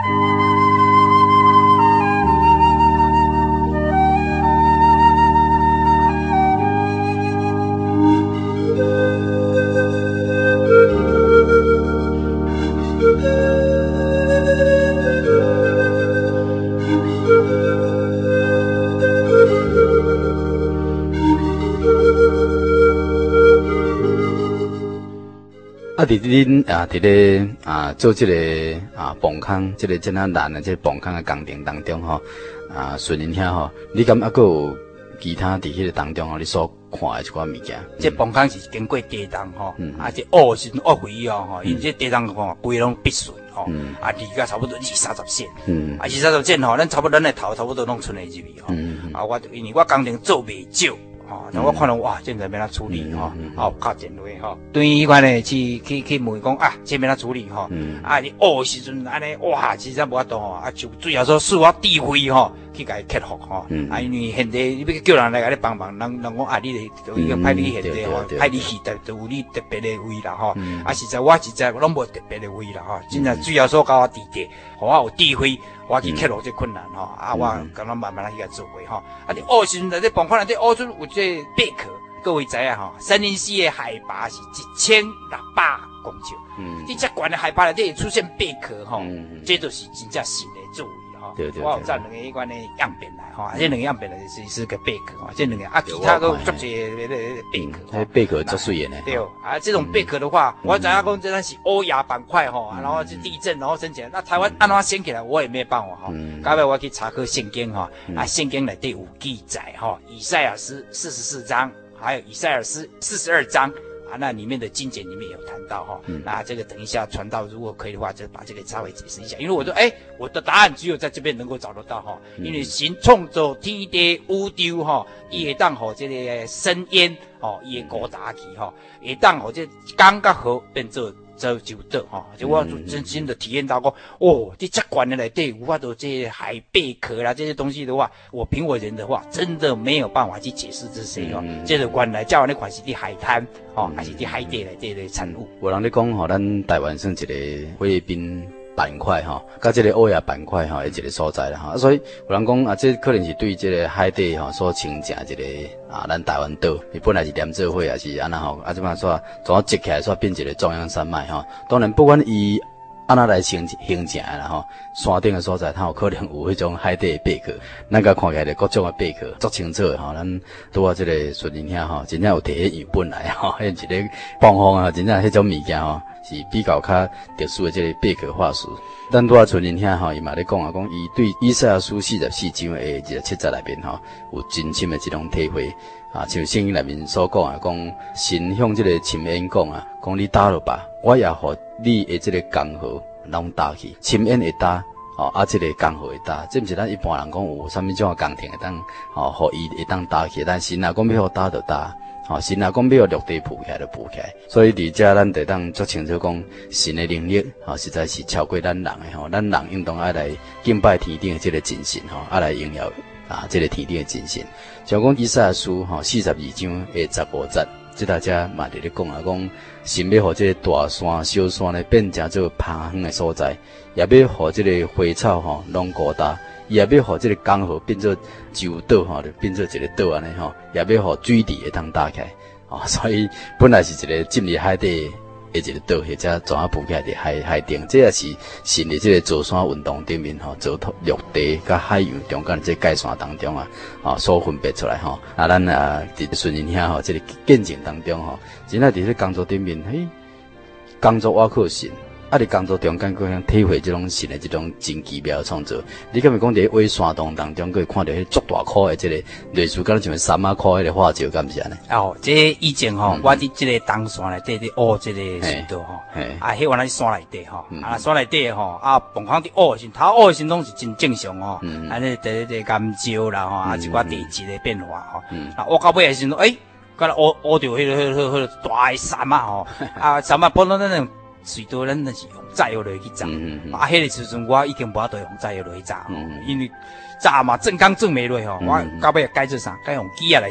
啊，伫恁啊，伫咧啊做这个啊磅空，这个真啊难的这个磅空的工程当中吼，啊顺人遐吼，你敢还佫有其他伫迄个当中吼，你所看的一寡物件？ 这磅空是经过地动吼，啊这学是学会哦吼，因为这地动吼规拢必顺吼，啊离个差不多二三十线，啊二三十线吼，咱差不多咱的头差不多拢剩来入去吼，啊我因为我工程做袂少。哦，然后我看到哇，现在要怎处理哈？哦，靠前位哈，对于迄款呢，去去去问讲啊，这要怎处理哈？啊，你学时阵安尼哇，其实无法度吼，啊，就最后说使我智慧吼，去甲伊克服吼。啊，因为现地你要叫人来甲你帮忙，人人讲啊，你咧就已经派你现地吼，派你去就就有你特别的位啦吼。啊，实在我实在拢无特别的位啦吼，真正最后说甲我地地，互我有智慧。我去克服这困难吼，啊，我刚刚慢慢来去甲做伙吼。啊，你学时阵在这磅空内底学出有这贝壳，各位知影吼，三林溪的海拔是一千六百公尺。嗯，你这悬的海拔内底出现贝壳吼，这就是真正新的作为吼。对对。我有找两个迄款的样本来吼，这两个样本来是是个贝壳吼，这两个啊，其他个做些那个贝壳。 那贝壳做水的呢。 对，啊，这种贝壳的话，我知影讲这咱是欧亚板块吼，然后是地震，然后升起来。那台湾安怎升起来，我也没办法哈。到尾我去查考圣经哈，啊，圣经内底有记载哈，以赛亚诗四十四章，还有以赛亚诗四十二章。啊，那里面的经简里面有谈到哈，嗯、那这个等一下传道如果可以的话，就把这个稍微解释一下。因为我说，哎、欸，我的答案只有在这边能够找得到哈，因为神创造天地宇宙哈，伊会当吼这个深渊吼，伊会高大起哈，会当吼这刚刚好变做做就得哈，就我真心的体验到过，哦，这这管的来对，无法度这些海贝壳啦这些东西的话，我凭我人的话，真的没有办法去解释这些哦。嗯、这个管来叫那款是伫海滩哦，还是伫海底来这类产物。 有人咧讲吼，咱台湾算一个菲律宾板块哈，甲这个欧亚板块哈，的一个所在啦哈，所以有人讲啊，这可能是对这个海底哈所形成这个啊，咱台湾岛，伊本来是连做伙也是安那吼，啊，这么说，怎啊积起来说变一个中央山脉哈，当然不管伊安那来形形成啦吼，山顶的所在，它有可能有迄种海底的贝壳，咱甲看起来各种的贝壳足清楚的吼，咱拄啊这个顺人遐吼，真正有摕迄样本来吼，迄一个放风啊，真正迄种物件吼。是比较较特殊的这个贝壳化石。咱拄啊村人遐吼，伊嘛咧讲啊，讲伊对以赛亚书四十四章的二十七节内面吼，有真深的这种体会啊。像圣经内面所讲啊，讲神向这个深渊讲啊，讲你打落吧，我也互你的这个江河拢打去，深渊会打。哦，啊，这个江河会打，这毋是咱一般人讲有啥物种的工程会当，哦，互伊会当打起，但神啊，讲要互打就打。好、哦，神啊，讲要落地铺起来就铺起来，所以伫遮咱得当足清楚讲，神的能力，吼、哦，实在是超过咱人的吼、哦，咱人应当爱来敬拜天顶的这个真神吼，爱、哦、来荣耀啊，这个天顶的真神。像讲以赛亚书吼四十二章的十五节，即大家嘛伫咧讲啊，讲神要互这个大山、小山咧变成做攀远的所在，也要互这个花草吼拢高大。也要互这个江河变做洲岛吼，就变做一个岛安尼吼，也要互水池会通打开，哦，所以本来是一个浸入海底的一个岛，或者怎啊浮起来伫海海顶，这也是神伫这个造山运动顶面吼，造陆地甲海洋中间这界线当中啊，哦，所分别出来吼。啊，咱啊伫顺人遐吼，这个见证当中吼，真啊伫这工作顶面，嘿，工作我靠神。啊！伫工作中间，佫通体会这种神的这种真奇妙的创造。你敢会讲伫挖山洞当中，佫会看到迄足大块的这个类似敢像三马块的花石，敢是安尼？ 哦，这以前吼，嗯、我伫这个东山内底伫挖这个隧道吼，啊，迄原来是山内底吼，嗯、啊，山内底吼，啊，崩坑伫挖时，头挖时拢是真正常吼，嗯、啊，咧伫伫岩礁啦吼，啊，一寡地质的变化吼，嗯、啊，挖到尾时阵，诶，敢若挖挖到迄个迄个迄个大的山啊吼，啊，山啊本来那种。隧道咱那是用炸药落去炸，嗯嗯、啊，迄个时阵我已经无法度用炸药落去炸，嗯、因为炸嘛正刚正没落吼，嗯、我到尾改做啥？改用机啊来记，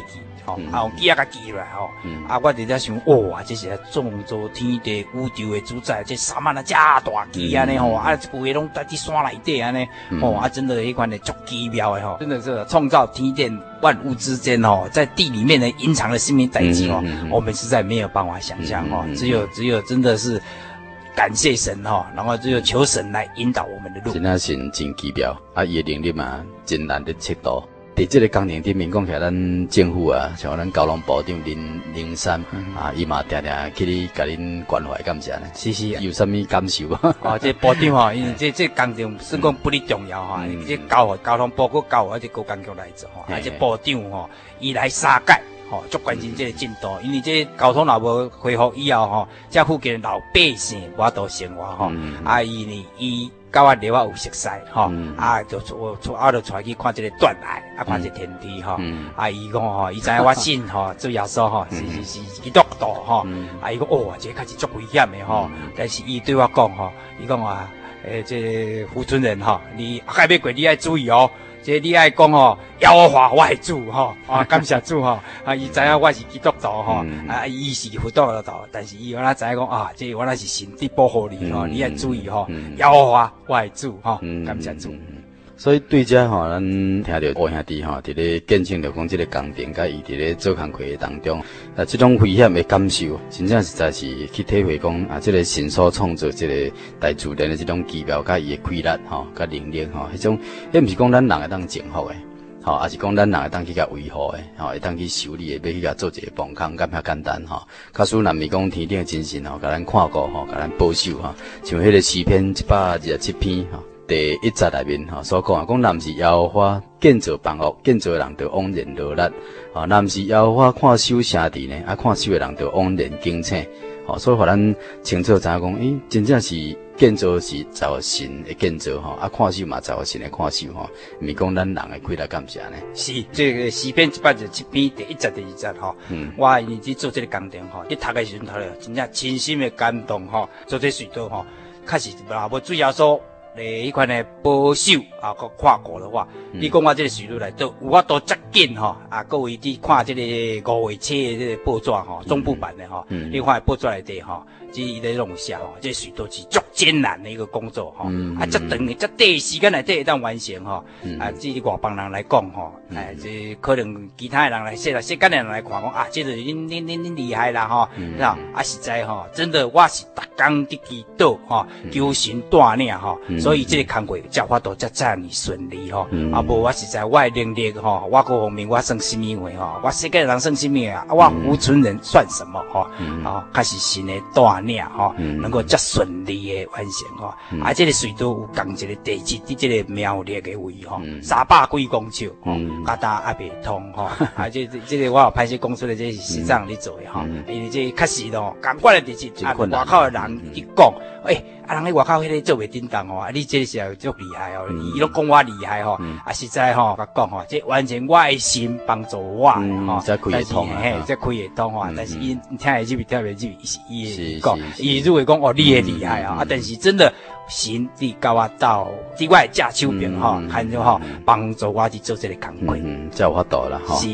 吼，啊用机啊甲记落来吼，啊我伫遐想，哇，这是创造天地宇宙的主宰，这三万啊遮大机安尼吼，啊规个拢在伫山内底安尼，吼啊真的迄款的足奇妙的吼，真的是创造天地万物之间吼，在地里面的隐藏的生命代志吼，我们实在没有办法想象吼，只有只有真的是。感谢神哈，然后只有求神来引导我们的路。 真正是真奇妙，啊，伊的能力嘛，真难得测度。伫这个工程顶面讲起来，咱政府啊，像咱交通部长林林山、嗯、啊，伊嘛定定去你甲恁关怀感谢呢。 是是， 有啥物感受啊？ 哦，这部长吼，因为这这工程算讲不哩重要哈，嗯、这交交通部佮交而且高工局来做吼，而且部长吼，伊来沙改。吼，足关心这个进度，因为这交通若无恢复以后吼，这附近老百姓无多生活吼，啊伊呢伊甲我了我有熟悉吼，啊就我我就带去看这个断崖，啊看这天梯吼，啊伊讲吼，伊知影我信吼，主耶稣吼是是是基督徒吼，啊伊讲哦，这确实足危险的吼，但是伊对我讲吼，伊讲话诶这福村人吼，你海要过你要注意哦。这你爱讲吼，耶和华我系主吼，啊感谢主吼，啊伊知影我是基督徒吼，啊伊是辅导的徒，但是伊原来知影讲啊，这原来是神伫保护你吼，你要注意吼，耶和华我系主吼，感谢主。 所以对这吼，咱听到吴兄弟吼，伫咧见证着讲这个工程，甲伊伫咧做工课当中，啊，这种危险的感受，真正实在是去体会讲啊，这个神所创造这个大自然的这种奇妙，甲伊的规律吼，甲能力吼，迄种，迄毋是讲咱人会当征服的，吼，也是讲咱人会当去甲维护的，吼，会当去修理的，要去甲做一个防空，咁遐简单吼。假使咱咪讲天顶的精神吼，甲咱看顾吼，甲咱保守吼，像迄个诗篇一百二十七篇吼。第一节内面吼所讲啊，讲若毋是耶和华建造房屋，建造的人就枉然劳力；啊，若毋是耶和华看守城池呢，啊，看守的人就枉然警醒。吼，所以互咱清楚知影讲，诶，真正是建造是造神的建造吼，啊，看守嘛造神的看守吼，毋是讲咱人的规律感谢呢。 是这个诗篇一百二十七篇第一节第二节吼，嗯，我因为去做这个工程吼，一读的时阵读了，真正真心的感动吼，做这隧道吼，确实若无主要说。诶，迄款的保守啊，佮看过的话，嗯、你讲我这个隧道内都有法度接近吼，啊，各位伫看这个五月七的这个报纸吼，中部版的吼，嗯、你看报纸内底吼，即伊咧弄写吼，这个隧道是足艰难的一个工作吼，嗯、啊，足长的、足短时间内底会当完成吼，嗯、啊，至于外邦人来讲吼，嗯、哎，这可能其他的人来说啦，世间的人来看讲啊，这个恁恁恁恁厉害啦吼，嗯、啊，啊实在吼，真的我是逐工伫祈祷吼，求神带领吼。嗯所以这个工作才法度才这样顺利吼，嗯、啊无我实在我的能力吼，我各方面我算什么话吼，我世界人算什么啊？我福村人算什么吼？嗯、啊，开始神的带领吼，嗯、能够这顺利的完成吼。嗯、啊，这个隧道有共一个地质伫这个苗栗的位吼，嗯、三百几公尺吼，加搭也未通吼。啊，这这个我有歹势讲出来，这是市长咧做的吼，嗯、因为这确实咯，共款的地质，啊，外口的人一讲，诶、欸。啊，人喺外口迄个做袂叮当吼，啊，你这时候足厉害哦，伊拢讲我厉害吼，啊，实在吼，甲讲吼，这完全我的心帮助我吼， 才开得通啊， 嘿，才开得通吼，但是伊听会入，听袂入，是伊讲，伊如果讲哦，你也厉害啊，啊，但是真的神伫甲我斗，伫我的只手边吼，看着吼，帮助我去做这个工作， 嗯，才有法度啦，吼。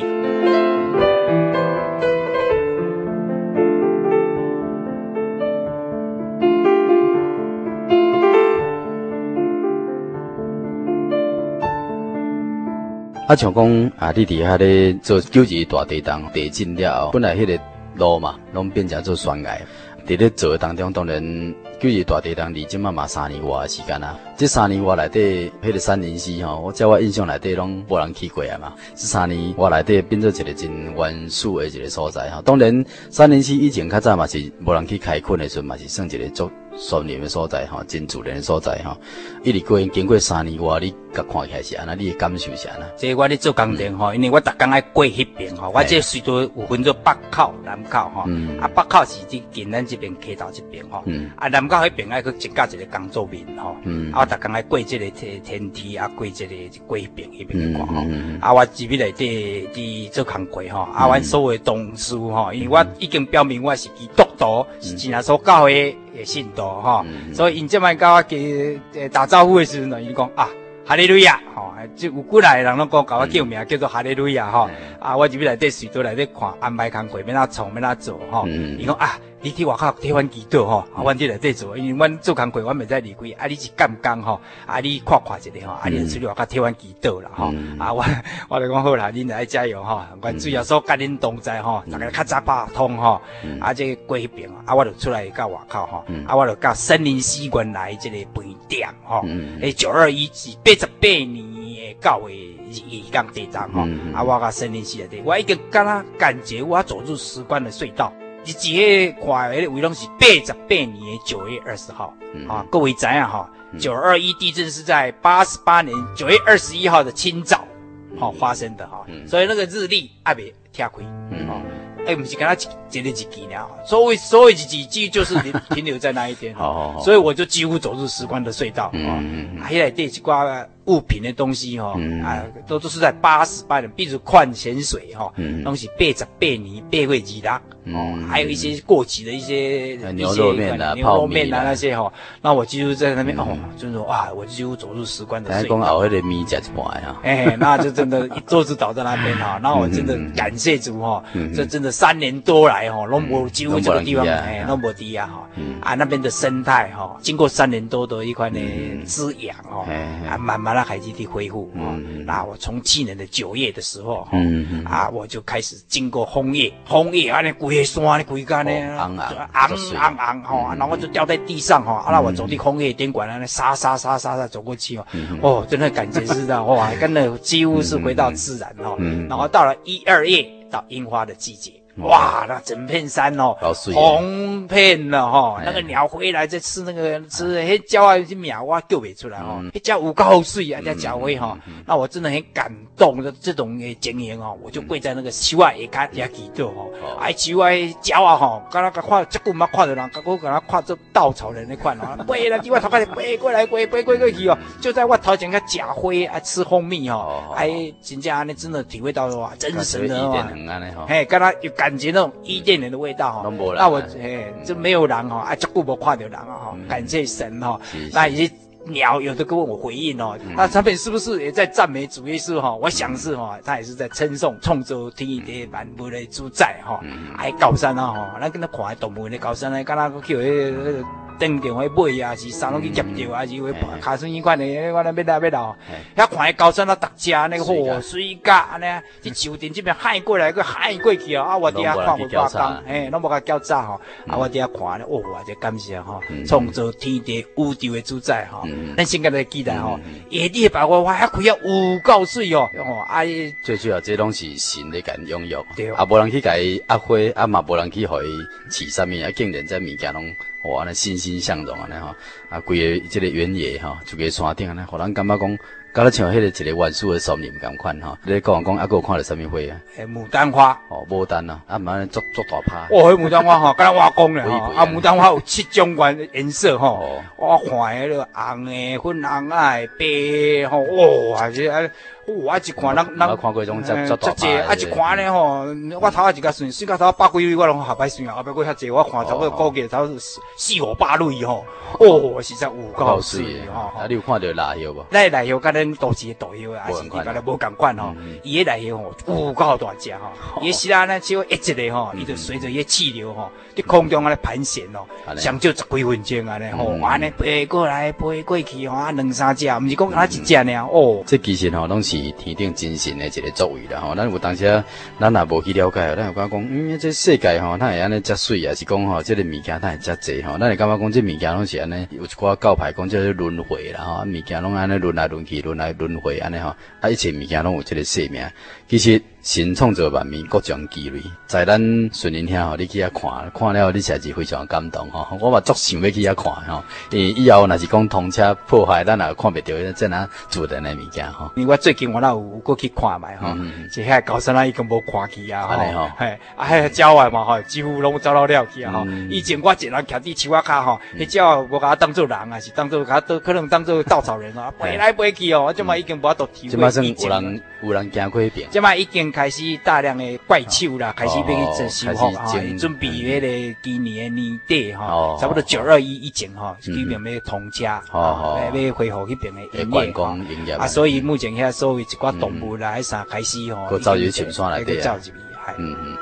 啊，像讲啊，你伫遐咧做九二大地震地震了后，本来迄个路嘛，拢变成做悬崖。伫咧做当中，当然九二大地震离即嘛嘛三年外的时间啊。这三年外内底，迄个三林溪吼，我在我印象内底拢无人去过啊嘛。这三年外内底变做一个真原始的一个所在哈。当然，三林溪以前较早嘛是无人去开垦的时阵嘛是算一个足酸林的所在哈，真自然的所在哈。一直过经过三年外，你甲看起来是安那，你的感受是安那？ 这我咧做工程吼，因为我逐工爱过迄边吼，我这隧道有分做北口、南口吼，啊北口是伫近咱这边溪头这边吼，啊南口迄边爱去增加一个工作面吼，啊我逐工爱过这个天天梯啊，过这个过迄边迄边看吼，啊我这边内底伫做工课吼，啊阮所有的同事吼，因为我已经表明我是基督徒，是真耶稣教会的信徒吼，所以因这摆甲我给打招呼的时阵呢，伊讲啊。 哈利路亚，吼，即有几来人拢讲甲我叫名叫做哈利路亚，吼，啊，我入去内底随倒内底看安排工课，要哪创要哪做，吼，伊讲啊。你去外口替阮祈祷吼，啊，阮伫内底做，因为阮做工课，阮袂使离开，啊，你是干工吼，啊，你看看一下吼，啊，你出去外口替阮祈祷啦，吼，啊，我我就讲好啦，恁来加油吼，阮主要所甲恁同在吼，大家较早打通吼，啊，这个过迄边啊，我就出来到外口吼，啊，我就到森林西原来这个饭店吼，诶，九二一是八十八年诶九月二刚第一章吼，啊，我到森林西内底，我已经敢若感觉我走入时光的隧道。日子迄看迄个位拢是八十八年的九月二十号，嗯、啊，各位知影哈，九二一地震是在八十八年九月二十一号的清早，好、嗯、发生的哈，嗯、所以那个日历还没拆开，嗯，哦，哎，不是跟他一日一记呢，所以所有日子几就是停留在那一天，好，所以我就几乎走入时光的隧道，嗯嗯，还来第一挂物品的东西哈，嗯、啊，都都是在八十八年，比如矿泉水哈，嗯，东西八十八年八月二六。哦，还有一些过期的一些牛肉面啊、 牛肉面啊那些哈，那我几乎在那边哦，就是说哇，我几乎走入时光的隧道。 讲熬那个米吃一半啊， 哎，那就真的一桌子倒在那边哈，那我真的感谢主哈，这真的三年多来哈，拢无几乎这个地方哎，拢无低啊哈，啊那边的生态哈，经过三年多的一块呢滋养哈，啊慢慢的开始的恢复哈，那我从去年的九月的时候哈，啊我就开始经过枫叶，枫叶啊那规山那规间呢，昂昂昂昂吼，然后我就掉在地上哈，啊那我走的枫叶宾馆那沙沙沙沙沙走过去哦，哦真的感觉是的哇，真的几乎是回到自然哈，然后到了一二月到樱花的季节。哇，那整片山哦，红遍了哈，那个鸟回来在吃那个吃黑椒啊，些苗啊救不出来哈，黑椒有够水啊，在脚灰哈，那我真的很感动的这种的经验哦，我就跪在那个树啊下骹遐祈祷哈，哎树啊鸟啊哈，刚刚看这久没看到人，我刚刚看这稻草人那款哦，飞来伫我头壳飞过来飞飞过过去哦，就在我头前个假灰啊吃蜂蜜哈，哎真正安尼真的体会到哇，真神的哇，嘿，刚刚有感。感觉那种伊甸园的味道哈，那我诶就没有人哈，啊，这久没看到人啊哈，感谢神哈。那一些鸟有的跟我回应哦，那他们是不是也在赞美主耶稣哈？我想是哈，他也是在称颂创造天地万物的主宰哈。哎，高山啊哈，咱跟他看动物的高山呢，敢若去迄那个。登电话买啊，是山拢去夹掉啊，是会卡顺伊款的，我那边那边咯。遐看迄高山啊，搭车那个火水甲安尼，去树林这边海过来，个海过去哦。啊，我伫遐看有八工，嘿，拢无甲交叉吼。啊，我伫遐看咧，哦，啊，这感谢吼，创造天地宇宙的主宰吼。咱先甲来期待吼，下底白花花遐开啊有够水哦。吼，啊， 最主要这拢是神咧甲拥有，啊，无人去甲伊压花，啊嘛无人去互伊饲啥物，啊，竟然这物件拢。哇，那欣欣向荣安尼吼，啊，规个这个原野吼，一个山顶安尼，互人感觉讲，敢若像迄个一个原始的森林咁款吼。你讲讲，啊，佮有看到啥物花啊？ 诶，牡丹花。哦， 牡丹啊，啊，蛮足足大趴。 哦，迄牡丹花吼，敢若挖工咧吼，啊，牡丹花有七种颜颜色吼，我看迄个红诶、粉红啊、白吼，哇，这啊。哇！一看人人， 我看过种只足大只，啊一看咧吼，我头啊一个算，算到头百几位我拢下摆算啊，后摆过遐济，我看差不多估计差不多四五百类吼。哦，实在有够水吼！ 啊，你有看到蜡叶无？ 咱蜡叶甲咱都市的大叶啊，是甲咱无共款吼。伊个蜡叶吼有够大只吼，伊时啊呢只要一直咧吼，伊就随着伊气流吼，伫空中安尼盘旋咯，上少十几分钟安尼吼，安尼飞过来飞过去吼，啊两三只，毋是讲啊一只尔哦。 这其实吼拢是。天顶真神的一个作为啦吼，咱有当时啊，咱也无去了解，咱有感觉讲，嗯，这世界吼，它会安尼遮水啊，是讲吼，这个物件它会遮济吼，咱会感觉讲这物件拢是安尼，有一寡教派讲叫做轮回啦吼，啊，物件拢安尼轮来轮去，轮来轮回安尼吼，啊，一切物件拢有这个生命，其实。神创造万物各种机类，在咱顺林遐吼，你去遐看，看了你实在是非常感动吼。我嘛足想要去遐看吼，因为以后若是讲通车破坏，咱也看袂到这哪做的那物件吼。 因为我最近我那有过去看卖吼，即遐高山啊已经无看去啊吼，嘿，啊遐鸟啊嘛吼，几乎拢走到了去啊吼。以前我一人徛伫树仔骹吼，迄鸟无甲我当做人啊，是当做甲都可能当做稻草人啊，飞来飞去哦，即嘛已经无法度体会。 即嘛算有人有人行过迄边， 即嘛已经。 经开始大量的怪手啦，开始要去做修复哈，准备迄个今年的年底哈，差不多九二一以前哈，基本要通车，要要恢复迄边的营业啊，所以目前遐所谓一寡动物啦，迄啥开始吼， 个走入深山内底啊， 走入去，嗯嗯。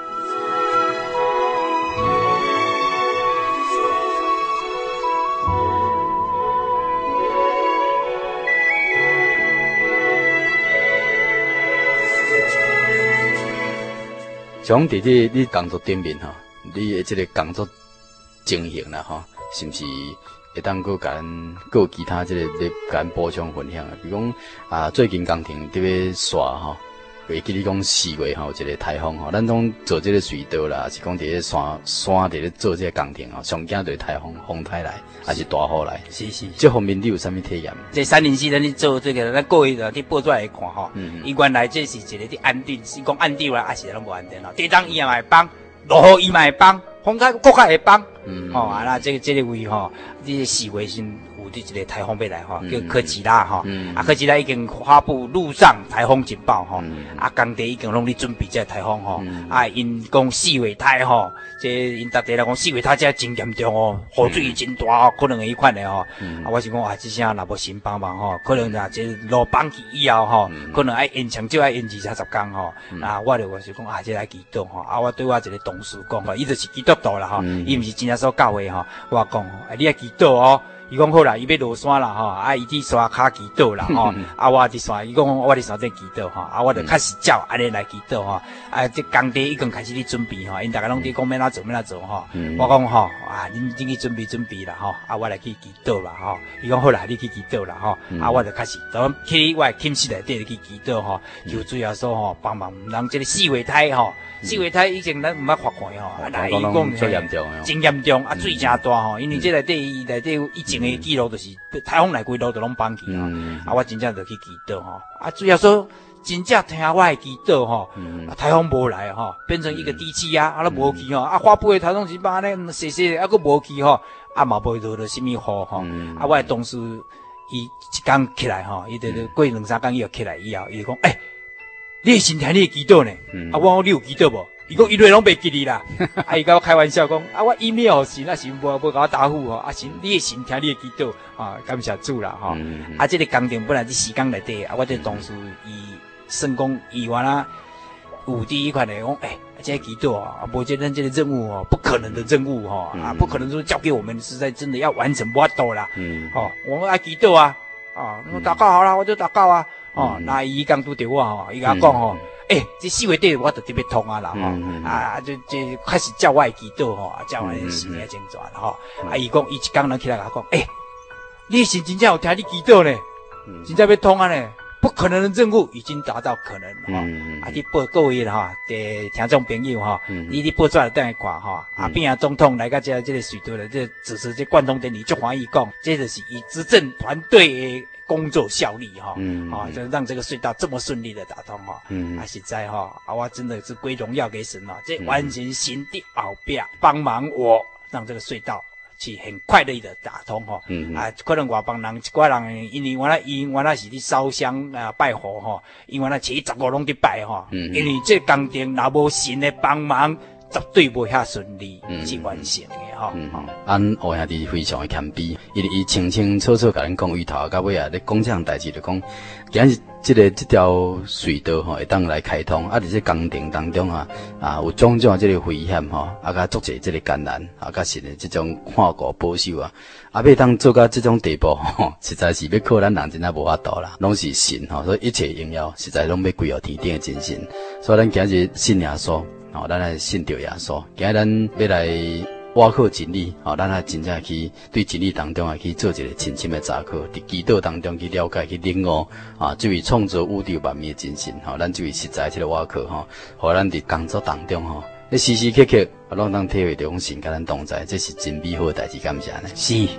从伫你你工作顶面吼，你的这个工作情形啦吼，是毋是会当搁甲咱搁有其他这个咧甲咱补充分享啊？比如讲啊，最近工程伫咧刷吼，会记你讲四月吼一个台风吼，咱拢做这个隧道啦，是讲伫咧山山伫咧做这个工程吼，上惊对台风风台来，还是大雨来？ 是是。 这方面你有啥物体验？ 这三零四咱咧做这个，咱过去就去报纸来看吼，伊原来这是一个伫安定，是讲安定啦，还是拢无安定咯？地震伊也会帮，落雨伊嘛会帮，风台国较会帮，吼啊那这个这个位吼，这四月先有伫一个台风要来吼，叫科吉拉吼，啊科吉拉已经发布陆上台风警报吼，啊工地已经拢咧准备这台风吼，啊因讲四月台吼，这因逐地来讲四月台这真严重哦，雨水真大，可能会迄款的吼，啊我是讲啊这声若无先帮忙吼，可能啊这落放弃以后吼，可能爱延长就爱延二三十天吼，啊我就我是讲啊这来祈祷吼，啊我对我一个同事讲吼，伊就是基督徒啦吼，伊毋是真正所教的吼，我讲吼，啊你爱祈祷哦。伊讲好啦，伊要落山啦吼，啊伊伫山骹祈祷啦吼，啊我伫山，伊讲我伫山顶祈祷吼，啊我就开始照安尼来祈祷吼，啊这工地已经开始咧准备吼，因大家拢伫讲要哪做要哪做吼，我讲吼啊恁恁去准备准备啦吼，啊我来去祈祷啦吼，伊讲好啦，你去祈祷啦吼，啊我就开始就去我寝室内底去祈祷吼，求主耶稣吼帮忙，人这个四月台吼。四月台以前咱毋捌发看吼，啊，来伊讲最严重， 真严重，啊，水真大吼，因为这内底内底以前的记录就是台风来规路都拢放去吼，啊，我真正就去祈祷吼，啊，主要说真正听我的祈祷吼，啊，台风无来吼，变成一个低气压，啊，都无去吼，啊，发布的台风警报安尼细细的，啊，佫无去吼，啊，嘛无落着什么雨吼，啊，我的同事伊一天起来吼，伊就过两三天伊就起来以后，伊就讲诶。你的身体你会祈祷呢？嗯、啊，我讲你有祈禱无？伊讲伊类拢袂记你啦。啊，伊甲我开玩笑讲，啊，我 email 神啊神无无甲我答复吼，啊神你的身体你会祈禱啊，感谢主啦吼。嗯嗯、啊，这个工程本来伫时间内底，啊，我这同事伊算讲伊原来有第一款的讲，诶、欸，这个祈禱啊，无这咱这个任务哦，不可能的任务吼，嗯、啊，不可能说交给我们，实在真的要完成不到啦。嗯，哦，我们爱祈禱啊，啊，我祷告好啦，我就禱告啊。哦，那伊刚拄着我吼，伊甲我讲吼，诶，这四月底我就特别痛啊啦吼，啊就就开始叫我祈祷吼，叫我心里真转吼，啊伊讲伊一工人起来甲我讲，诶，你是真正有听你祈祷呢，真正要痛啊呢，不可能的任务已经达到可能吼，啊你报各位啦哈，的听众朋友哈，你你报出来等下看吼，啊边啊总统来个这这个隧道的这主持这贯通典礼，就欢喜讲，这就是以执政团队的。工作效率哈，嗯，啊，就让这个隧道这么顺利的打通哈，嗯，啊，实在哈，啊，我真的是归荣耀给神了，这完全神的后边帮忙我，让这个隧道去很快乐的打通哈，嗯，啊，可能我帮人一寡人，因为原来因原来是伫烧香啊拜佛哈，因为原来前十五拢伫拜哈，嗯，因为这工程若无神的帮忙。绝对无遐顺利去完成的吼。 咱欧兄弟非常的谦卑，伊伊清清楚楚甲咱讲，伊头到尾啊，咧讲这样代志就讲，今日这个这条隧道吼，会当来开通，啊，伫这工程当中啊，啊有种种这个危险吼，啊，甲足侪这个艰难，啊，甲神的这种看顾保守啊，啊，要当做到这种地步吼，实在是要靠咱人真正无法度啦，拢是神吼，所以一切荣耀实在拢要归于天顶的真神，所以咱今日信耶稣。哦，咱来信着耶稣，今日咱要来挖考真理，哦，咱来真正去对真理当中啊去做一个深深的查考，伫祈祷当中去了解、去领悟啊，这位创造宇宙万物的真神，吼、哦，咱这位实在这个挖考吼，互咱伫工作当中吼，你时时刻刻啊，拢当体会着讲神甲咱同在，这是真美好的代志，感谢呢。 是。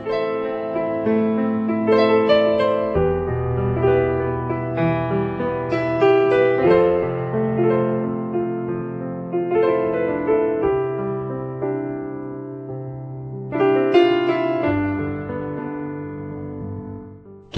今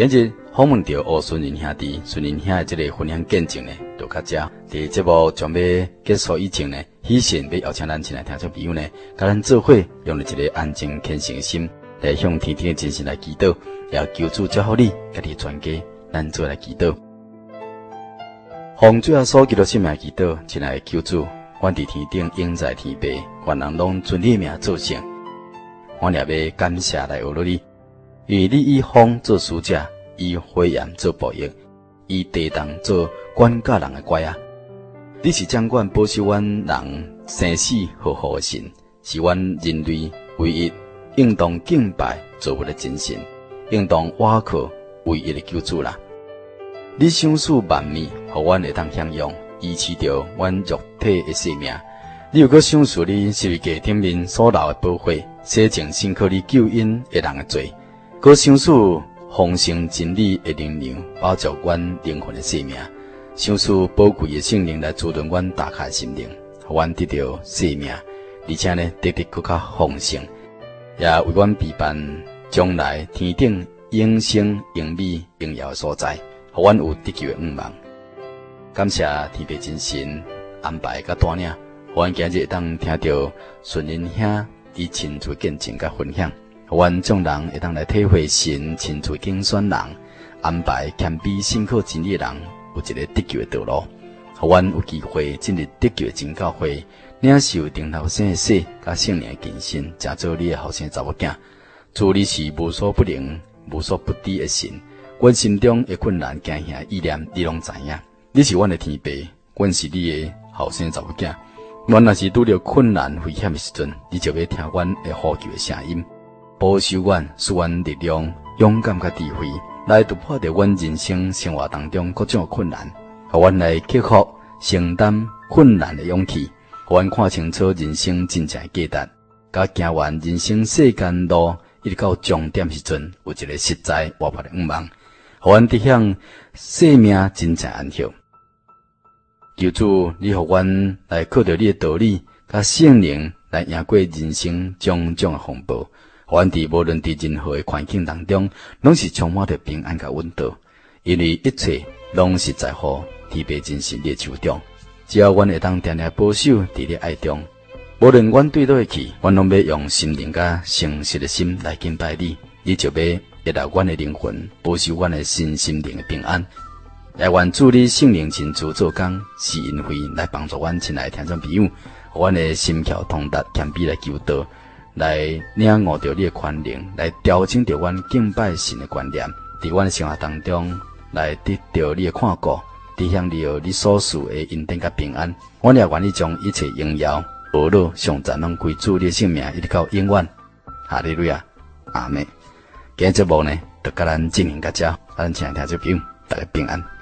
今日访问到吴顺仁兄弟，顺仁兄的这个分享见证呢，就到这。在节目将要结束以前呢，喜信要邀请咱亲爱听众朋友呢，甲咱做伙用了一个安静虔诚的心，来向天天的真神来祈祷，也求主祝福你，家己全家，咱做来祈祷。奉主耶稣基督圣名祈祷，亲爱的求主，阮伫天顶永在天父，愿人拢尊你名做圣。我也要感谢来学了你，因为你以风做使者，以火焰做仆役，以地动做管教人的乖啊！你是掌管保守阮人生死和好的神，是阮人类唯一应当敬拜造物的真神，应当倚靠唯一的救主啦！你赏赐万物，互阮会当享用，医治着阮肉体的生命。你又搁赏赐你十字架顶面所流的宝血，洗净身靠你救恩的人的罪，搁赏赐丰盛真理的能量，保障阮灵魂的生命，赏赐宝贵的圣灵来滋润阮打开心灵，互阮得到生命，而且呢，得得更较丰盛，也为阮备办将来天顶永生永美荣耀的所在，互阮有得救的愿望。感谢天父真神安排甲带领。我今日会当听到顺仁兄伫亲自见证甲分享，阮众人会当来体会神亲自竞选人，安排谦卑信靠真理的人有一个得救的道路，互阮有机会进入得救的真教会，领受顶头生的死甲圣灵的更新，成做你的后生查某囝。主你是无所不能、无所不知的神，阮心中的困难、惊吓、意念，你拢知影。你是阮的天父，阮是你的后生查某囝。阮若是拄着困难危险的时阵，你就要听阮的呼救的声音，保守阮，使阮力量、勇敢甲智慧，来突破着阮人生生活当中各种困难，互阮来克服承担困难的勇气，互阮看清楚人生真正的价值，甲行完人生世间路，一直到终点时阵，有一个实在活泼的愿望，互阮得享生命真正安息。求主，你互阮来靠着你的道理，甲圣灵来赢过人生种种的风暴。互阮伫无论伫任何的环境当中，拢是充满着平安甲稳妥，因为一切拢是在乎天父真神你的手中。只要阮会当定定保守伫你爱中，无论阮对倒会去，阮拢要用心灵甲诚实的心来敬拜你，你就要悦纳阮的灵魂，保守阮的身心灵的平安。也愿主你圣灵亲自做工，是因为来帮助阮亲爱的听众朋友，互阮的心窍通达，谦卑来求道，来领悟着你的权能，来调整着阮敬拜神的观念，伫阮的生活当中来得到你的看顾，得享了你所赐的恩典甲平安。阮也愿意将一切荣耀、恶乐、颂赞拢归主你的圣名，一直到永远。哈利路亚，阿门。今日节目呢，就甲咱进行到这，咱亲爱的听众朋友，大家平安。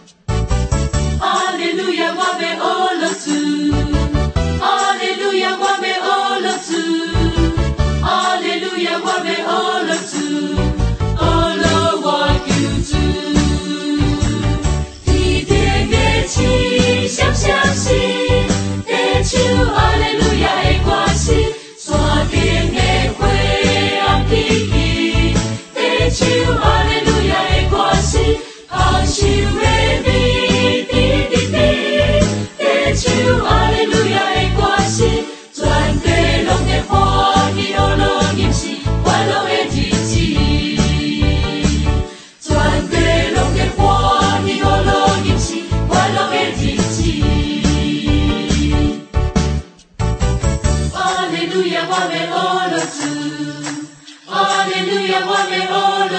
Hallelujah,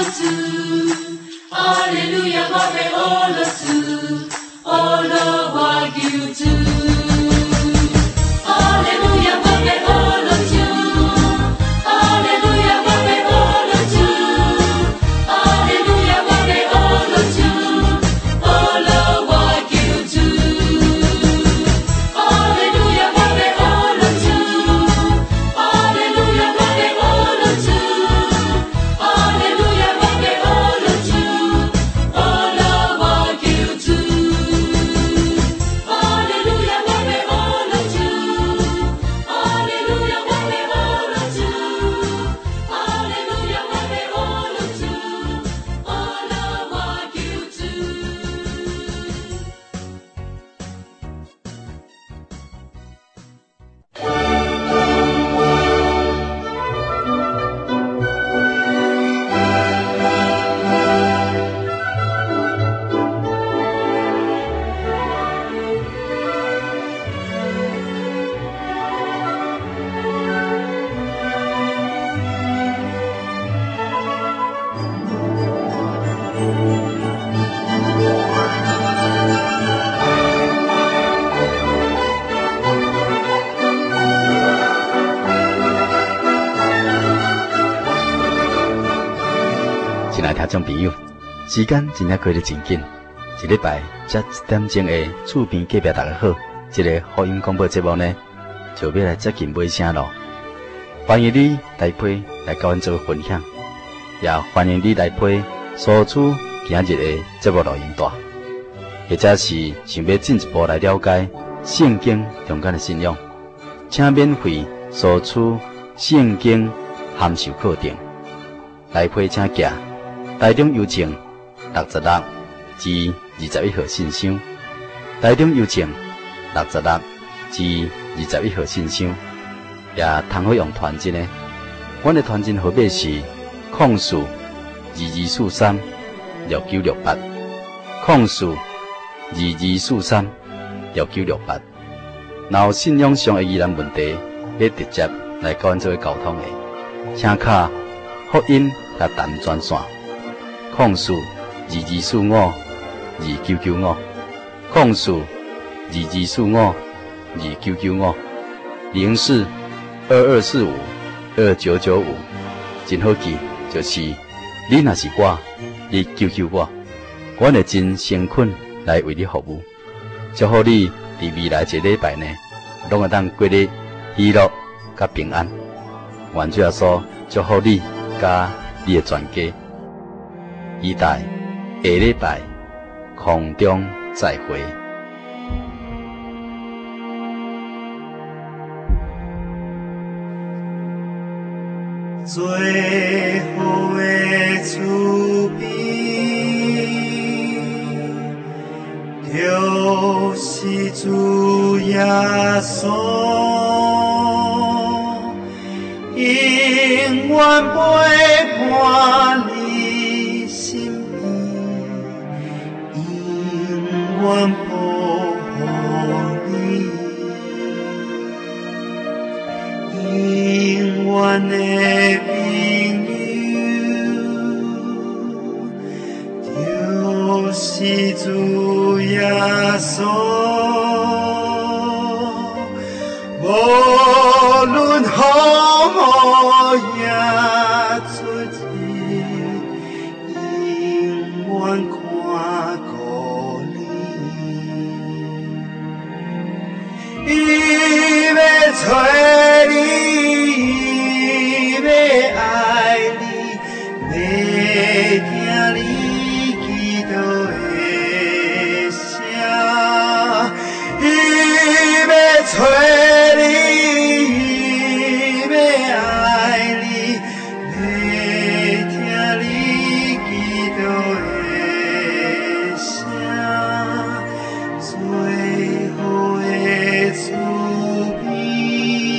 哈利路亚，我被阿勒主，阿勒我救主。哈利路亚，我被阿勒主，哈利路亚，我被阿勒主，哈利路亚，我被阿勒主，阿勒我救主。哈利路亚，我被阿勒主，哈利路亚，我被阿勒主，哈利路亚，我被阿勒主。 听众朋友，时间真正过得真紧，一礼拜才一点钟的厝边隔壁大家好，这个福音广播节目呢，就要来接近尾声咯。欢迎你来陪来跟阮做分享，也欢迎你来陪所处今日的节目录音带，或者是想要进一步来了解圣经中间的信仰，请免费索取圣经函授课程，来陪请寄台中邮政六十六至二十一号信箱，台中邮政六十六至二十一号信箱，也通好用传真的。阮的传真号码是空四二二四三六九六八，空四二二四三六九六八。若有信仰上的疑难问题，要直接来跟阮做沟通的，请卡福音甲谈专线。控诉二二四五二九九五，控诉二二四五二九九五，零四二二四五二九九五，真好记，就是你若是我，你救救我，我会真诚恳来为你服务，祝福你伫未来一礼拜呢，拢会当过得喜乐甲平安。愿主耶稣祝福你甲你的全家。期待下礼拜空中再会。 最后的慈悲，就是主耶稣，永远陪伴你。永远保护你，永远的朋友，就是主耶稣。无论风雨也出日，永远看顾你。伊要找你，伊要爱你，要听你祈祷的声。伊要找你，伊要爱你，要听你祈祷的声。最后的慈悲，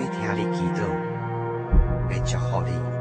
听你祈祷，来祝福你。